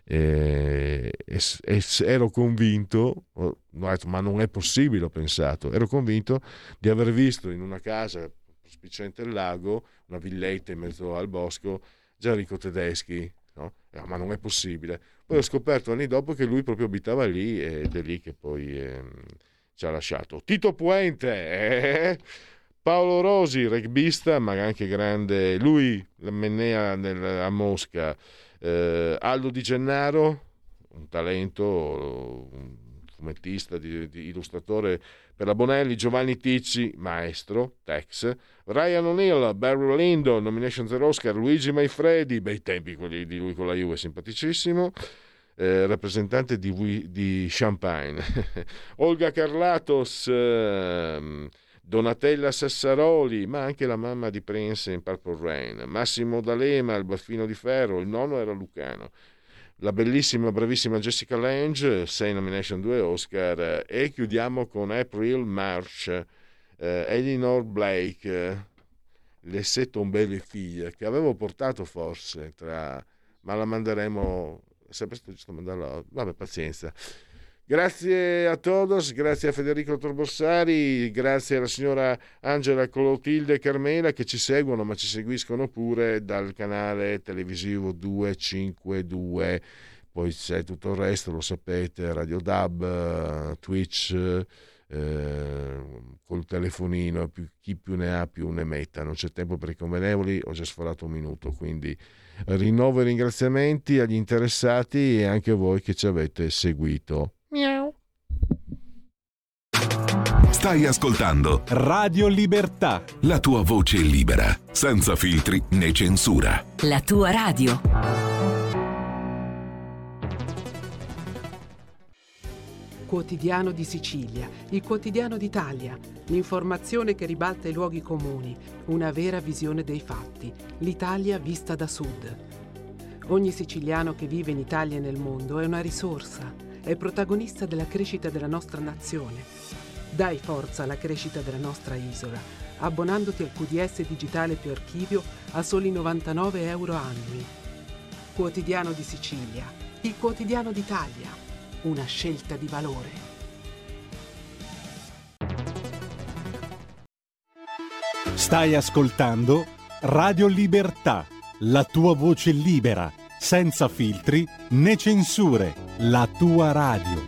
Ero convinto, ma non è possibile, ho pensato, ero convinto di aver visto in una casa spiccente il lago, una villetta in mezzo al bosco, Gianrico Tedeschi, no? Ma non è possibile. Poi ho scoperto anni dopo che lui proprio abitava lì, ed è lì che poi ci ha lasciato. Tito Puente, Paolo Rosi, rugbista ma anche grande, lui la Mennea a Mosca. Aldo Di Gennaro, un talento, un fumettista, di illustratore per la Bonelli. Giovanni Ticci, maestro, Tex. Ryan O'Neill, Barry Lyndon, nomination per Oscar. Luigi Maifredi, bei tempi quelli di lui con la Juve, simpaticissimo, rappresentante di Champagne. Olga Carlatos, Donatella Sassaroli, ma anche la mamma di Prince in Purple Rain. Massimo D'Alema, il Baffino di Ferro, il nonno era lucano. la bellissima, bravissima Jessica Lange, 6 nomination, 2 Oscar, e chiudiamo con April March, Eleanor Blake, Le sette tombelle figlie, che avevo portato forse, ma la manderemo, è sempre stato giusto mandarla, vabbè, pazienza. Grazie a todos, grazie a Federico Torborsari, grazie alla signora Angela Clotilde Carmela che ci seguono, ma ci seguiscono pure dal canale televisivo 252. Poi c'è tutto il resto, lo sapete, Radio DAB, Twitch, col telefonino, chi più ne ha più ne metta. Non c'è tempo per i convenevoli, ho già sforato un minuto, quindi rinnovo i ringraziamenti agli interessati e anche a voi che ci avete seguito. Miau. Stai ascoltando Radio Libertà, la tua voce libera, senza filtri né censura. La tua radio. Quotidiano di Sicilia, il quotidiano d'Italia, l'informazione che ribalta i luoghi comuni, una vera visione dei fatti, l'Italia vista da sud. Ogni siciliano che vive in Italia e nel mondo è una risorsa, è protagonista della crescita della nostra nazione. Dai forza alla crescita della nostra isola, abbonandoti al QDS digitale più archivio a soli 99 euro annui. Quotidiano di Sicilia, il quotidiano d'Italia, una scelta di valore. stai ascoltando Radio Libertà, la tua voce libera, senza filtri né censure, la tua radio.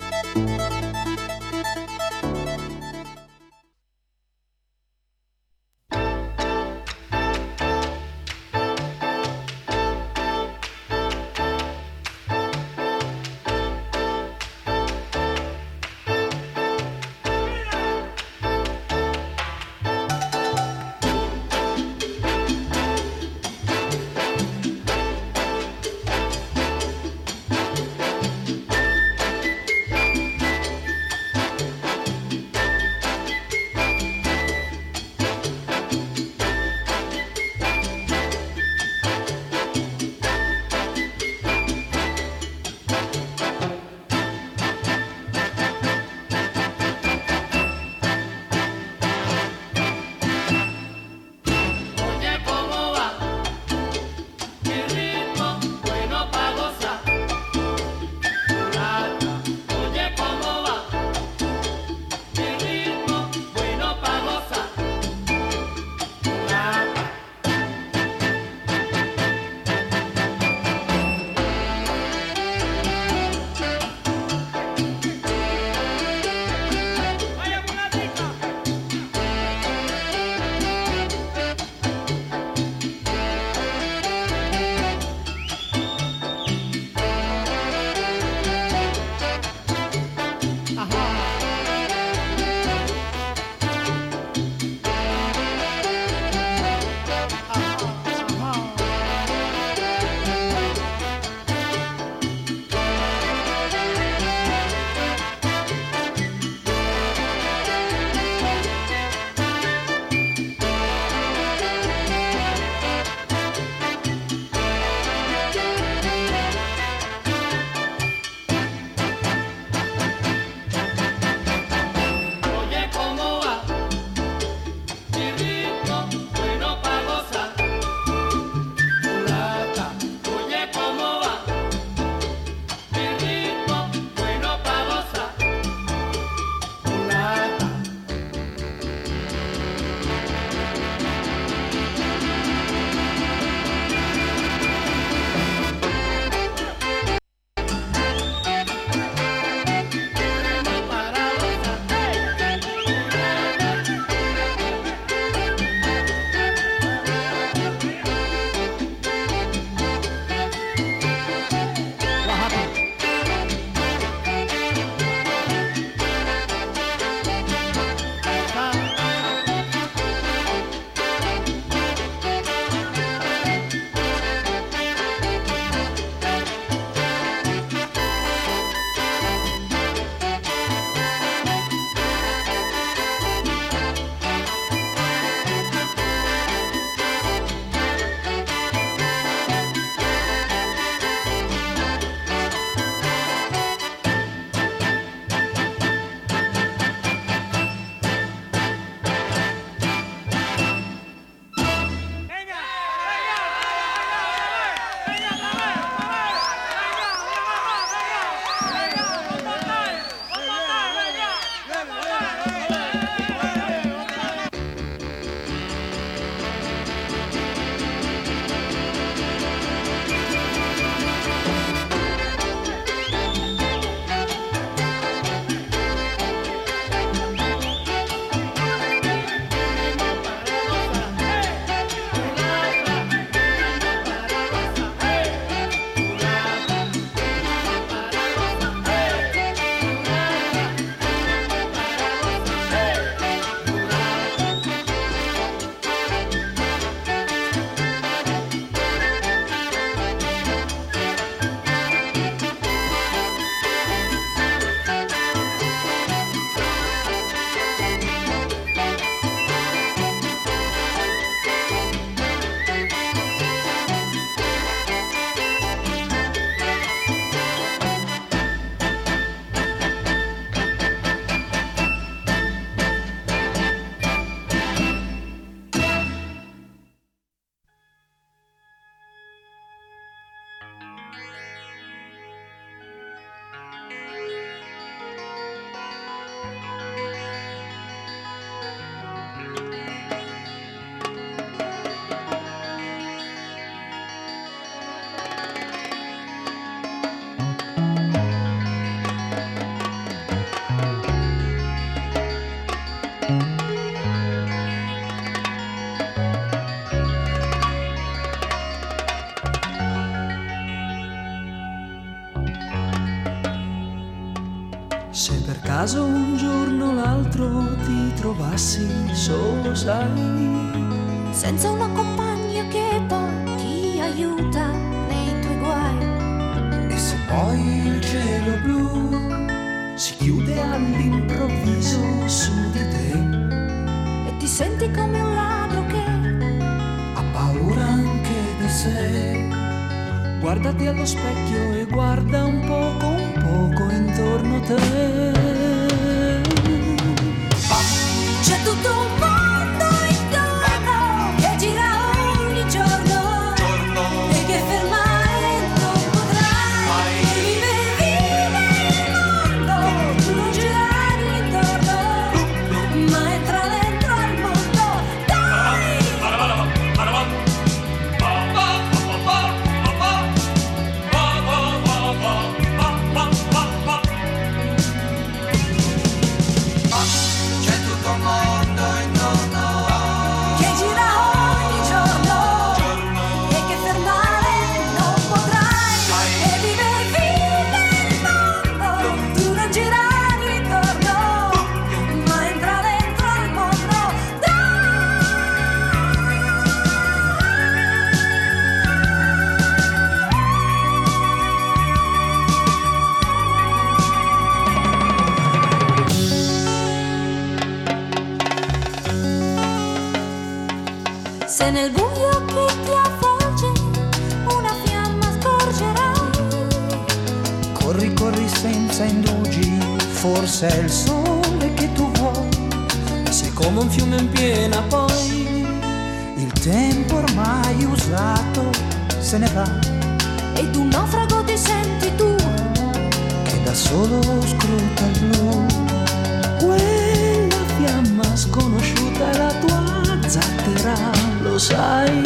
Se per caso un giorno o l'altro ti trovassi solo, sai, senza una compagna che poi ti aiuta nei tuoi guai, e se poi il cielo blu si chiude all'improvviso su di te e ti senti come un ladro che ha paura anche di sé, guardati allo specchio e guarda un poco intorno a te. C'è tutto un mondo intorno che gira ogni giorno e che fermare non potrai. Vive il mondo, tu non girare intorno, ma entra dentro al mondo, dai! Se nel buio che ti avvolge una fiamma scorgerai, corri, corri senza indugi, forse è il sole che tu vuoi, e se come un fiume in piena poi il tempo ormai usato se ne va, ed un naufrago ti senti tu che da solo scruta il blu, quella fiamma sconosciuta è la tua zattera, lo sai.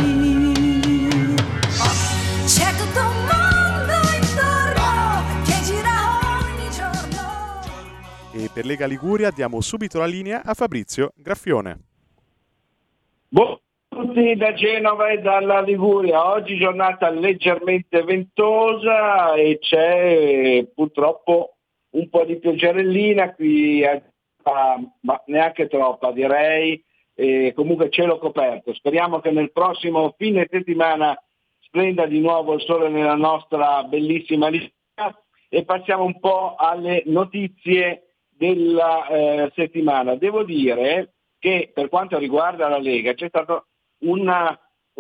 C'è tutto un mondo intorno che gira ogni giorno. E per Lega Liguria diamo subito la linea a Fabrizio Graffione. Buongiorno a tutti da Genova e dalla Liguria. Oggi giornata leggermente ventosa e c'è purtroppo un po' di pioggerellina qui, ma neanche troppa direi. E comunque cielo coperto. Speriamo che nel prossimo fine settimana splenda di nuovo il sole nella nostra bellissima Liguria. E passiamo un po' alle notizie della settimana. Devo dire che per quanto riguarda la Lega c'è stata una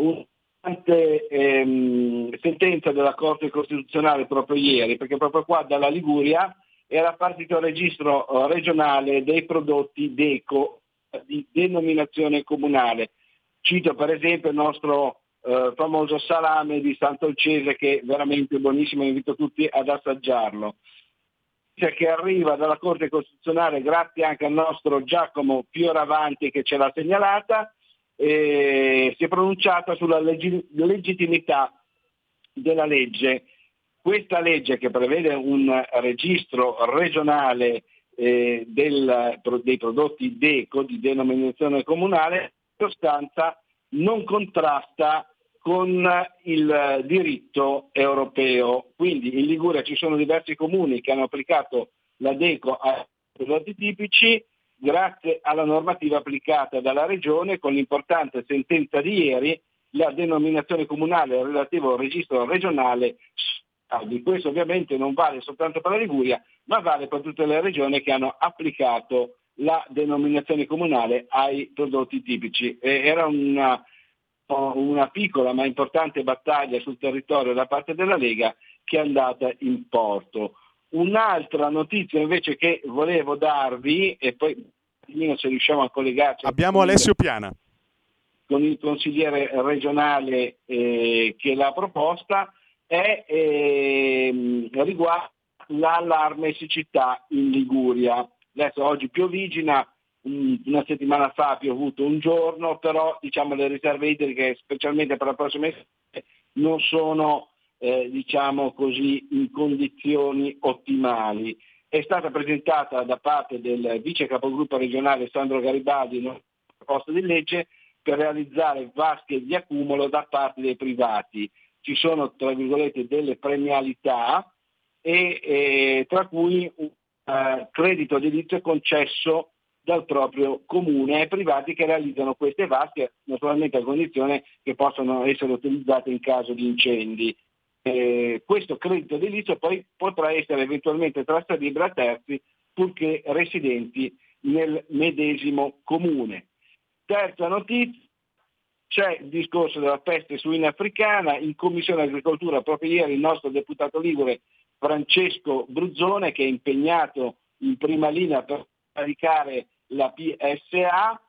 sentenza della Corte Costituzionale proprio ieri, perché proprio qua dalla Liguria era partito il registro regionale dei prodotti DECO di denominazione comunale. Cito per esempio il nostro famoso salame di Sant'Olcese, che è veramente buonissimo, invito tutti ad assaggiarlo. che arriva dalla Corte Costituzionale, grazie anche al nostro Giacomo Fioravanti che ce l'ha segnalata, si è pronunciata sulla legittimità della legge. Questa legge, che prevede un registro regionale dei prodotti DECO, di denominazione comunale, in sostanza non contrasta con il diritto europeo. Quindi in Liguria ci sono diversi comuni che hanno applicato la DECO ai prodotti tipici grazie alla normativa applicata dalla Regione, con l'importante sentenza di ieri, la denominazione comunale relativa al registro regionale. Questo ovviamente non vale soltanto per la Liguria, ma vale per tutte le regioni che hanno applicato la denominazione comunale ai prodotti tipici. Era una piccola ma importante battaglia sul territorio da parte della Lega che è andata in porto. Un'altra notizia invece che volevo darvi, e poi se riusciamo a collegarci, abbiamo Alessio Piana con il consigliere regionale che l'ha proposta, riguarda l'allarme siccità in Liguria. Adesso oggi piovigina, una settimana fa ha piovuto un giorno, però diciamo le riserve idriche, specialmente per la prossima estate, non sono diciamo così in condizioni ottimali. È stata presentata da parte del vice capogruppo regionale Sandro Garibaldi una proposta di legge per realizzare vasche di accumulo da parte dei privati. Ci sono tra virgolette delle premialità e tra cui un credito edilizio concesso dal proprio comune ai privati che realizzano queste vasche, naturalmente a condizione che possano essere utilizzate in caso di incendi. Questo credito edilizio poi potrà essere eventualmente trasferibile a terzi purché residenti nel medesimo comune. Terza notizia, c'è il discorso della peste suina africana. In Commissione Agricoltura proprio ieri il nostro deputato ligure Francesco Bruzzone, che è impegnato in prima linea per eradicare la PSA,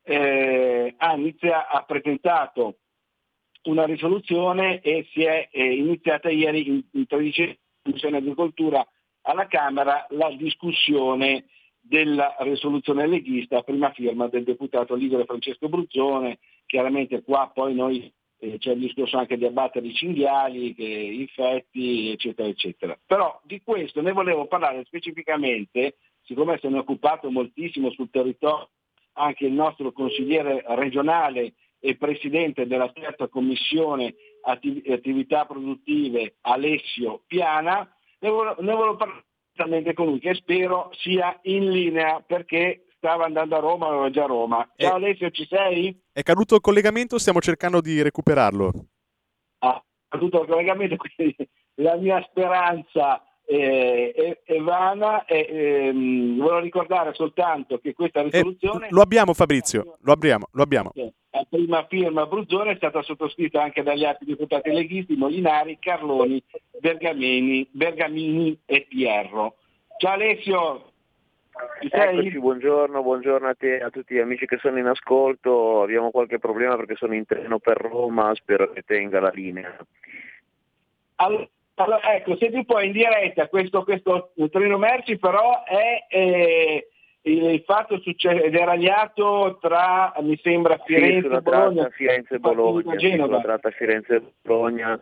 ha presentato una risoluzione e si è iniziata ieri in 13ª Commissione Agricoltura alla Camera la discussione della risoluzione leghista a prima firma del deputato ligure Francesco Bruzzone. Chiaramente qua poi noi c'è il discorso anche di abbattere i cinghiali, infetti, eccetera, eccetera. Però di questo ne volevo parlare specificamente, siccome se ne è occupato moltissimo sul territorio anche il nostro consigliere regionale e presidente della terza commissione attività produttive Alessio Piana, ne volevo parlare con lui, che spero sia in linea perché stava andando a Roma, aveva già Roma. Ciao Alessio, ci sei? È caduto il collegamento, stiamo cercando di recuperarlo. È caduto il collegamento, quindi la mia speranza è vana. Volevo ricordare soltanto che questa risoluzione... Lo abbiamo Fabrizio, lo abbiamo. A prima firma Bruzzone è stata sottoscritta anche dagli altri deputati leghisti Molinari, Carloni, Bergamini e Pierro. Ciao Alessio! Eccoci, buongiorno a te, a tutti gli amici che sono in ascolto. Abbiamo qualche problema perché sono in treno per Roma, spero che tenga la linea. Allora ecco, senti un po' in diretta questo treno merci, però è il fatto è deragliato tra, mi sembra, Firenze e Bologna. Sulla tratta Firenze-Bologna,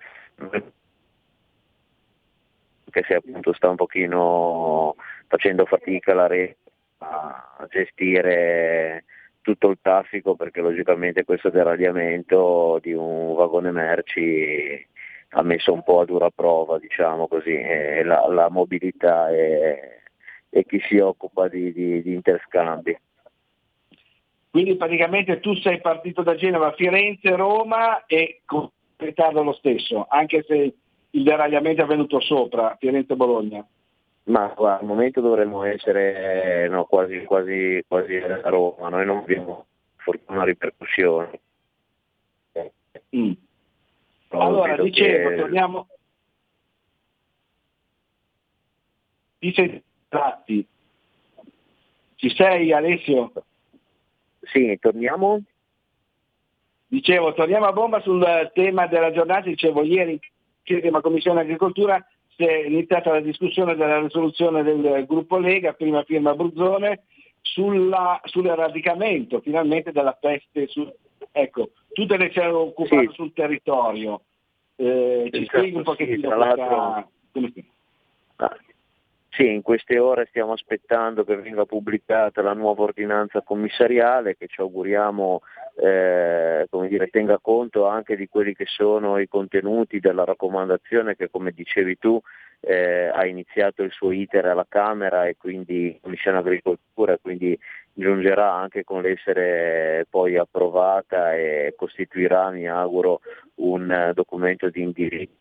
che se appunto sta un pochino facendo fatica la rete a gestire tutto il traffico, perché logicamente questo deragliamento di un vagone merci ha messo un po' a dura prova, diciamo così, la mobilità e chi si occupa di interscambi. Quindi praticamente tu sei partito da Genova, Firenze, Roma e con ritardo lo stesso, anche se il deragliamento è avvenuto sopra Firenze-Bologna. Ma al momento dovremmo essere quasi a Roma, noi non abbiamo fortuna ripercussioni. Allora, dicevo, torniamo... Tratti. Ci sei Alessio? Sì, torniamo? Dicevo, torniamo a bomba sul tema della giornata. Dicevo, ieri la Commissione Agricoltura è iniziata la discussione della risoluzione del gruppo Lega, prima firma Bruzzone, sull'eradicamento finalmente della peste. Ecco, tu te ne sei occupato sul territorio. Ci spieghi un pochettino come si... Sì, in queste ore stiamo aspettando che venga pubblicata la nuova ordinanza commissariale, che ci auguriamo tenga conto anche di quelli che sono i contenuti della raccomandazione che, come dicevi tu, ha iniziato il suo iter alla Camera e quindi Commissione Agricoltura, quindi giungerà anche con l'essere poi approvata e costituirà, mi auguro, un documento di indirizzo.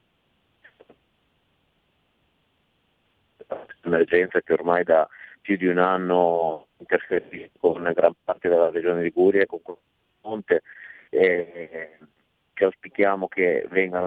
Emergenza che ormai da più di un anno interferisce con gran parte della regione Liguria e con Monte, che auspichiamo che vengano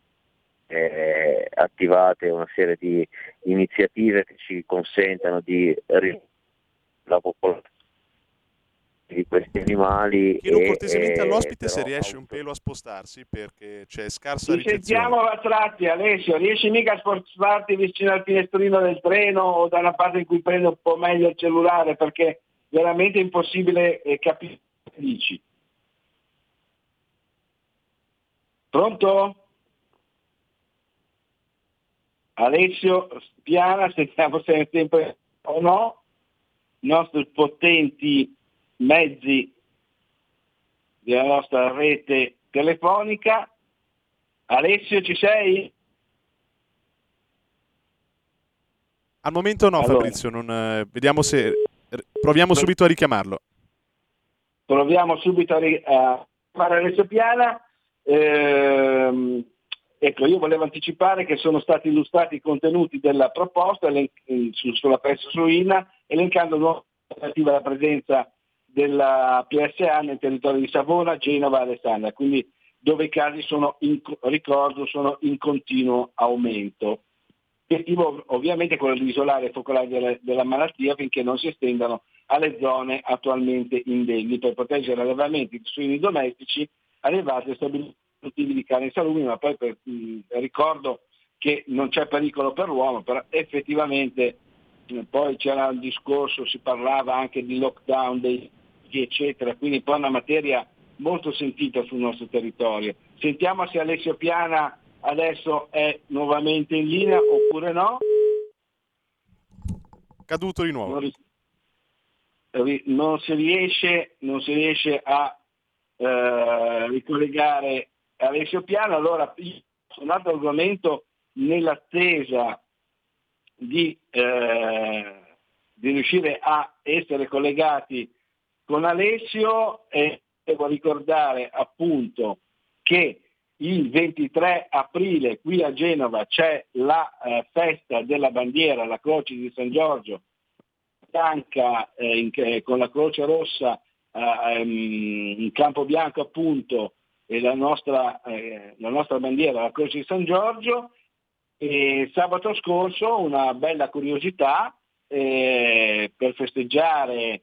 attivate una serie di iniziative che ci consentano di la popolazione di questi animali. Chiedo cortesemente all'ospite se riesce un pelo a spostarsi, perché c'è scarsa Ci ricezione. sentiamo a tratti, Alessio, riesci mica a spostarti vicino al finestrino del treno o da una parte in cui prendo un po' meglio il cellulare, perché è veramente impossibile capire che dici. Pronto? Alessio Piana, sentiamo se è sempre o no, i nostri potenti mezzi della nostra rete telefonica. Alessio, ci sei? Al momento no, allora, Fabrizio, vediamo se proviamo subito a richiamarlo. Proviamo subito a chiamare Alessio Piana. Ecco, io volevo anticipare che sono stati illustrati i contenuti della proposta sulla peste suina, elencando nuove alternative alla presenza della PSA nel territorio di Savona, Genova e Alessandria, quindi dove i casi sono in continuo aumento. L'obiettivo ovviamente è quello di isolare i focolai della malattia finché non si estendano alle zone attualmente indegni, per proteggere allevamenti di suini domestici allevati e stabiliti di carne e salumi, ma poi ricordo che non c'è pericolo per l'uomo, però effettivamente poi c'era un discorso, si parlava anche di lockdown eccetera, quindi poi è una materia molto sentita sul nostro territorio. Sentiamo se Alessio Piana adesso è nuovamente in linea oppure no. Caduto di nuovo. Non si riesce a ricollegare Alessio Piana. Allora io sono andato argomento nell'attesa di riuscire a essere collegati con Alessio, e devo ricordare appunto che il 23 aprile qui a Genova c'è la festa della bandiera, la Croce di San Giorgio, bianca con la croce rossa in campo bianco appunto, e la nostra bandiera, la Croce di San Giorgio. E sabato scorso una bella curiosità per festeggiare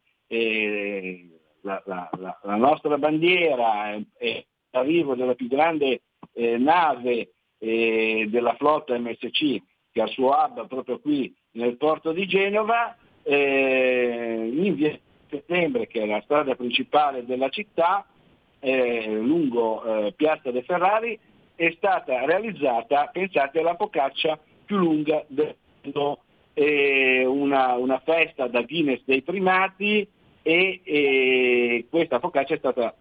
la nostra bandiera e l'arrivo della più grande nave della flotta MSC, che ha il suo hub proprio qui nel porto di Genova, in via Settembre, che è la strada principale della città, lungo Piazza dei Ferrari, è stata realizzata, pensate, alla focaccia più lunga del mondo, una festa da Guinness dei primati, e questa focaccia è stata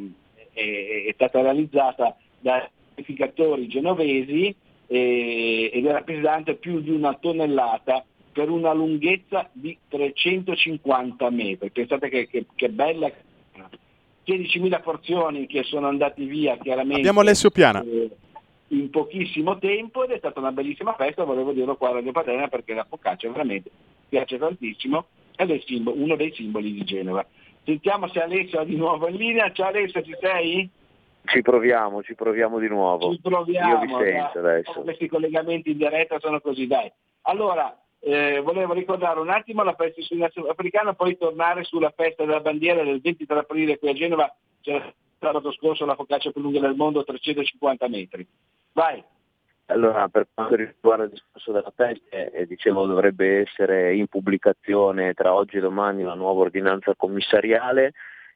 realizzata da certificatori genovesi ed era pesante più di 1 tonnellata per una lunghezza di 350 metri. Pensate che bella, 16.000 porzioni che sono andati via chiaramente. Abbiamo Alessio Piana. In pochissimo tempo, ed è stata una bellissima festa, volevo dirlo qua a Radio Padena, perché la focaccia veramente piace tantissimo ed è uno dei simboli di Genova. Sentiamo se Alessio è di nuovo in linea. Ciao Alessio, ci sei? Ci proviamo di nuovo. Ci proviamo. Io vi sento adesso. Questi collegamenti in diretta sono così, dai. Allora, volevo ricordare un attimo la peste suina africana, poi tornare sulla festa della bandiera del 23 aprile qui a Genova. C'era sabato scorso la focaccia più lunga del mondo, 350 metri. Vai. Allora, per quanto riguarda il discorso della peste, dicevo dovrebbe essere in pubblicazione tra oggi e domani una nuova ordinanza commissariale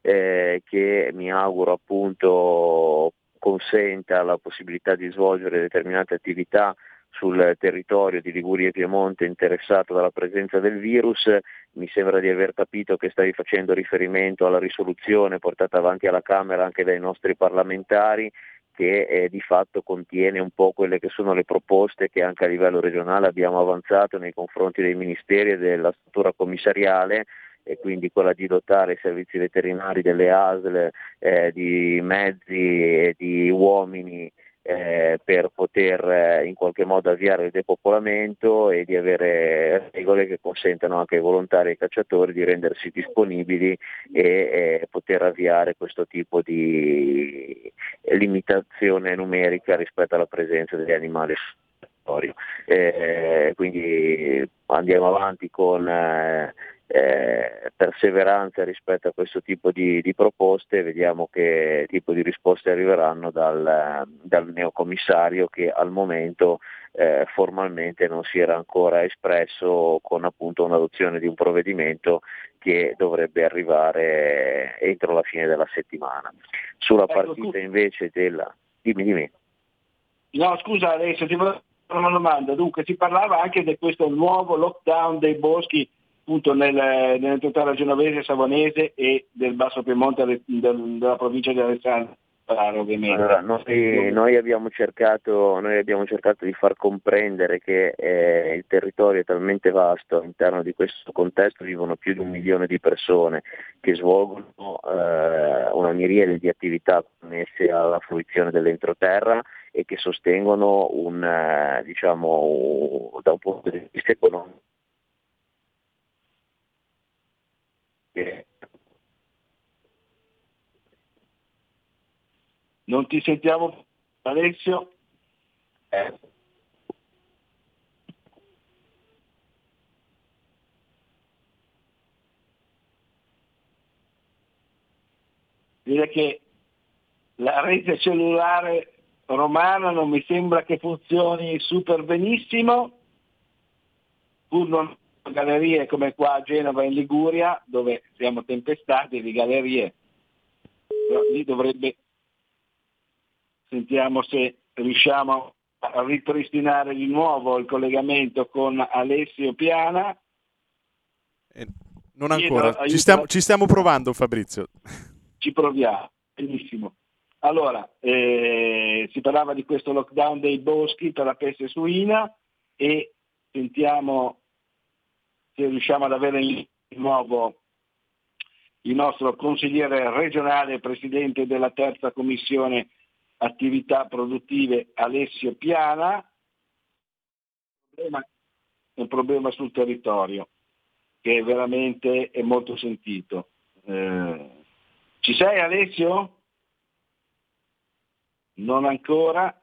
che mi auguro appunto consenta la possibilità di svolgere determinate attività sul territorio di Liguria e Piemonte interessato dalla presenza del virus. Mi sembra di aver capito che stavi facendo riferimento alla risoluzione portata avanti alla Camera anche dai nostri parlamentari, che di fatto contiene un po' quelle che sono le proposte che anche a livello regionale abbiamo avanzato nei confronti dei ministeri e della struttura commissariale, e quindi quella di dotare i servizi veterinari delle ASL di mezzi e di uomini per poter in qualche modo avviare il depopolamento e di avere regole che consentano anche ai volontari e ai cacciatori di rendersi disponibili e poter avviare questo tipo di limitazione numerica rispetto alla presenza degli animali sul territorio. Quindi andiamo avanti con perseveranza rispetto a questo tipo di proposte e vediamo che tipo di risposte arriveranno dal neocommissario, che al momento formalmente non si era ancora espresso con appunto un'adozione di un provvedimento che dovrebbe arrivare entro la fine della settimana. Sulla partita invece della... Dimmi. No, scusa Alessio, ti volevo fare una domanda. Dunque si parlava anche di questo nuovo lockdown dei boschi appunto nell'entroterra genovese, savonese e del Basso Piemonte della provincia di Alessandria, ovviamente. Allora, noi abbiamo cercato di far comprendere che il territorio è talmente vasto, all'interno di questo contesto vivono più di 1 milione di persone che svolgono una miriade di attività connesse alla fruizione dell'entroterra e che sostengono da un punto di vista economico. Non ti sentiamo, Alessio? Direi che la rete cellulare romana non mi sembra che funzioni super benissimo, pur non gallerie come qua a Genova in Liguria, dove siamo tempestati di gallerie, però lì dovrebbe, sentiamo se riusciamo a ripristinare di nuovo il collegamento con Alessio Piana. Non ancora, ci stiamo provando, Fabrizio. Ci proviamo, benissimo. Allora, si parlava di questo lockdown dei boschi per la peste suina e sentiamo se riusciamo ad avere di nuovo il nostro consigliere regionale e presidente della terza commissione attività produttive Alessio Piana. Un problema sul territorio che veramente è molto sentito. Ci sei Alessio? Non ancora.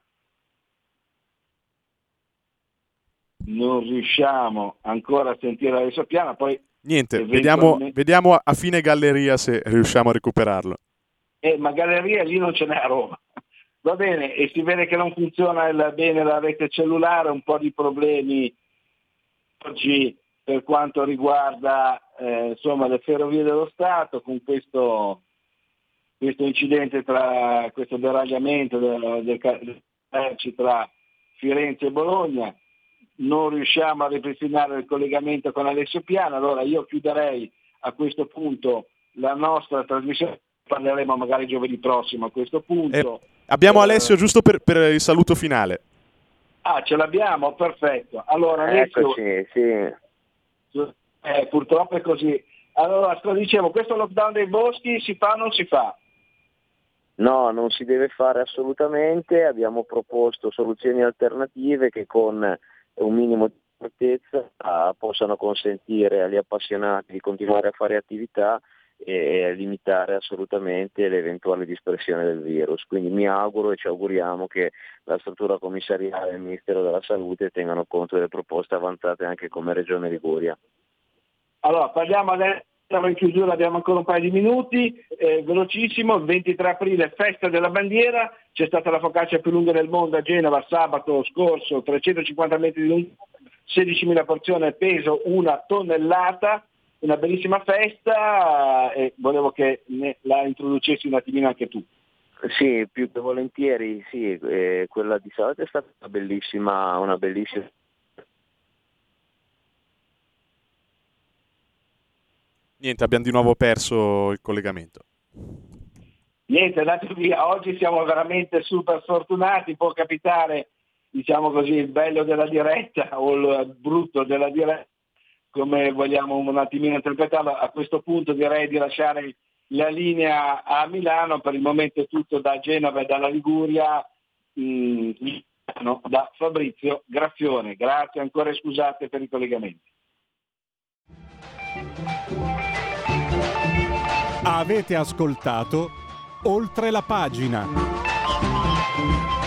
Non riusciamo ancora a sentire Alessio Piana, poi niente, vediamo a fine galleria se riusciamo a recuperarlo. Ma galleria lì non ce n'è a Roma. Va bene, e si vede che non funziona bene la rete cellulare, un po' di problemi oggi per quanto riguarda le ferrovie dello Stato, con questo incidente, tra questo deragliamento del merci tra Firenze e Bologna. Non riusciamo a ripristinare il collegamento con Alessio Piana, allora io chiuderei a questo punto la nostra trasmissione, parleremo magari giovedì prossimo a questo punto. Abbiamo Alessio giusto per il saluto finale. Ah, ce l'abbiamo? Perfetto. Allora Alessio, sì. Purtroppo è così. Allora, dicevo, questo lockdown dei boschi si fa o non si fa? No, non si deve fare assolutamente, abbiamo proposto soluzioni alternative che con un minimo di certezza possano consentire agli appassionati di continuare a fare attività e limitare assolutamente l'eventuale dispersione del virus. Quindi mi auguro e ci auguriamo che la struttura commissariale e il Ministero della Salute tengano conto delle proposte avanzate anche come Regione Liguria. Allora, parliamo adesso Siamo in chiusura, abbiamo ancora un paio di minuti, velocissimo, il 23 aprile festa della bandiera, c'è stata la focaccia più lunga del mondo a Genova sabato scorso, 350 metri di lunghezza, 16.000 porzioni, peso 1 tonnellata, una bellissima festa e volevo che la introducessi un attimino anche tu. Sì, più che volentieri, sì, quella di sabato è stata una bellissima. Niente, abbiamo di nuovo perso il collegamento. Niente, è andato via. Oggi siamo veramente super sfortunati, può capitare, diciamo così, il bello della diretta o il brutto della diretta, come vogliamo un attimino interpretarlo. A questo punto direi di lasciare la linea a Milano, per il momento è tutto da Genova e dalla Liguria, da Fabrizio Graffione. Grazie ancora e scusate per i collegamenti. Avete ascoltato Oltre la pagina.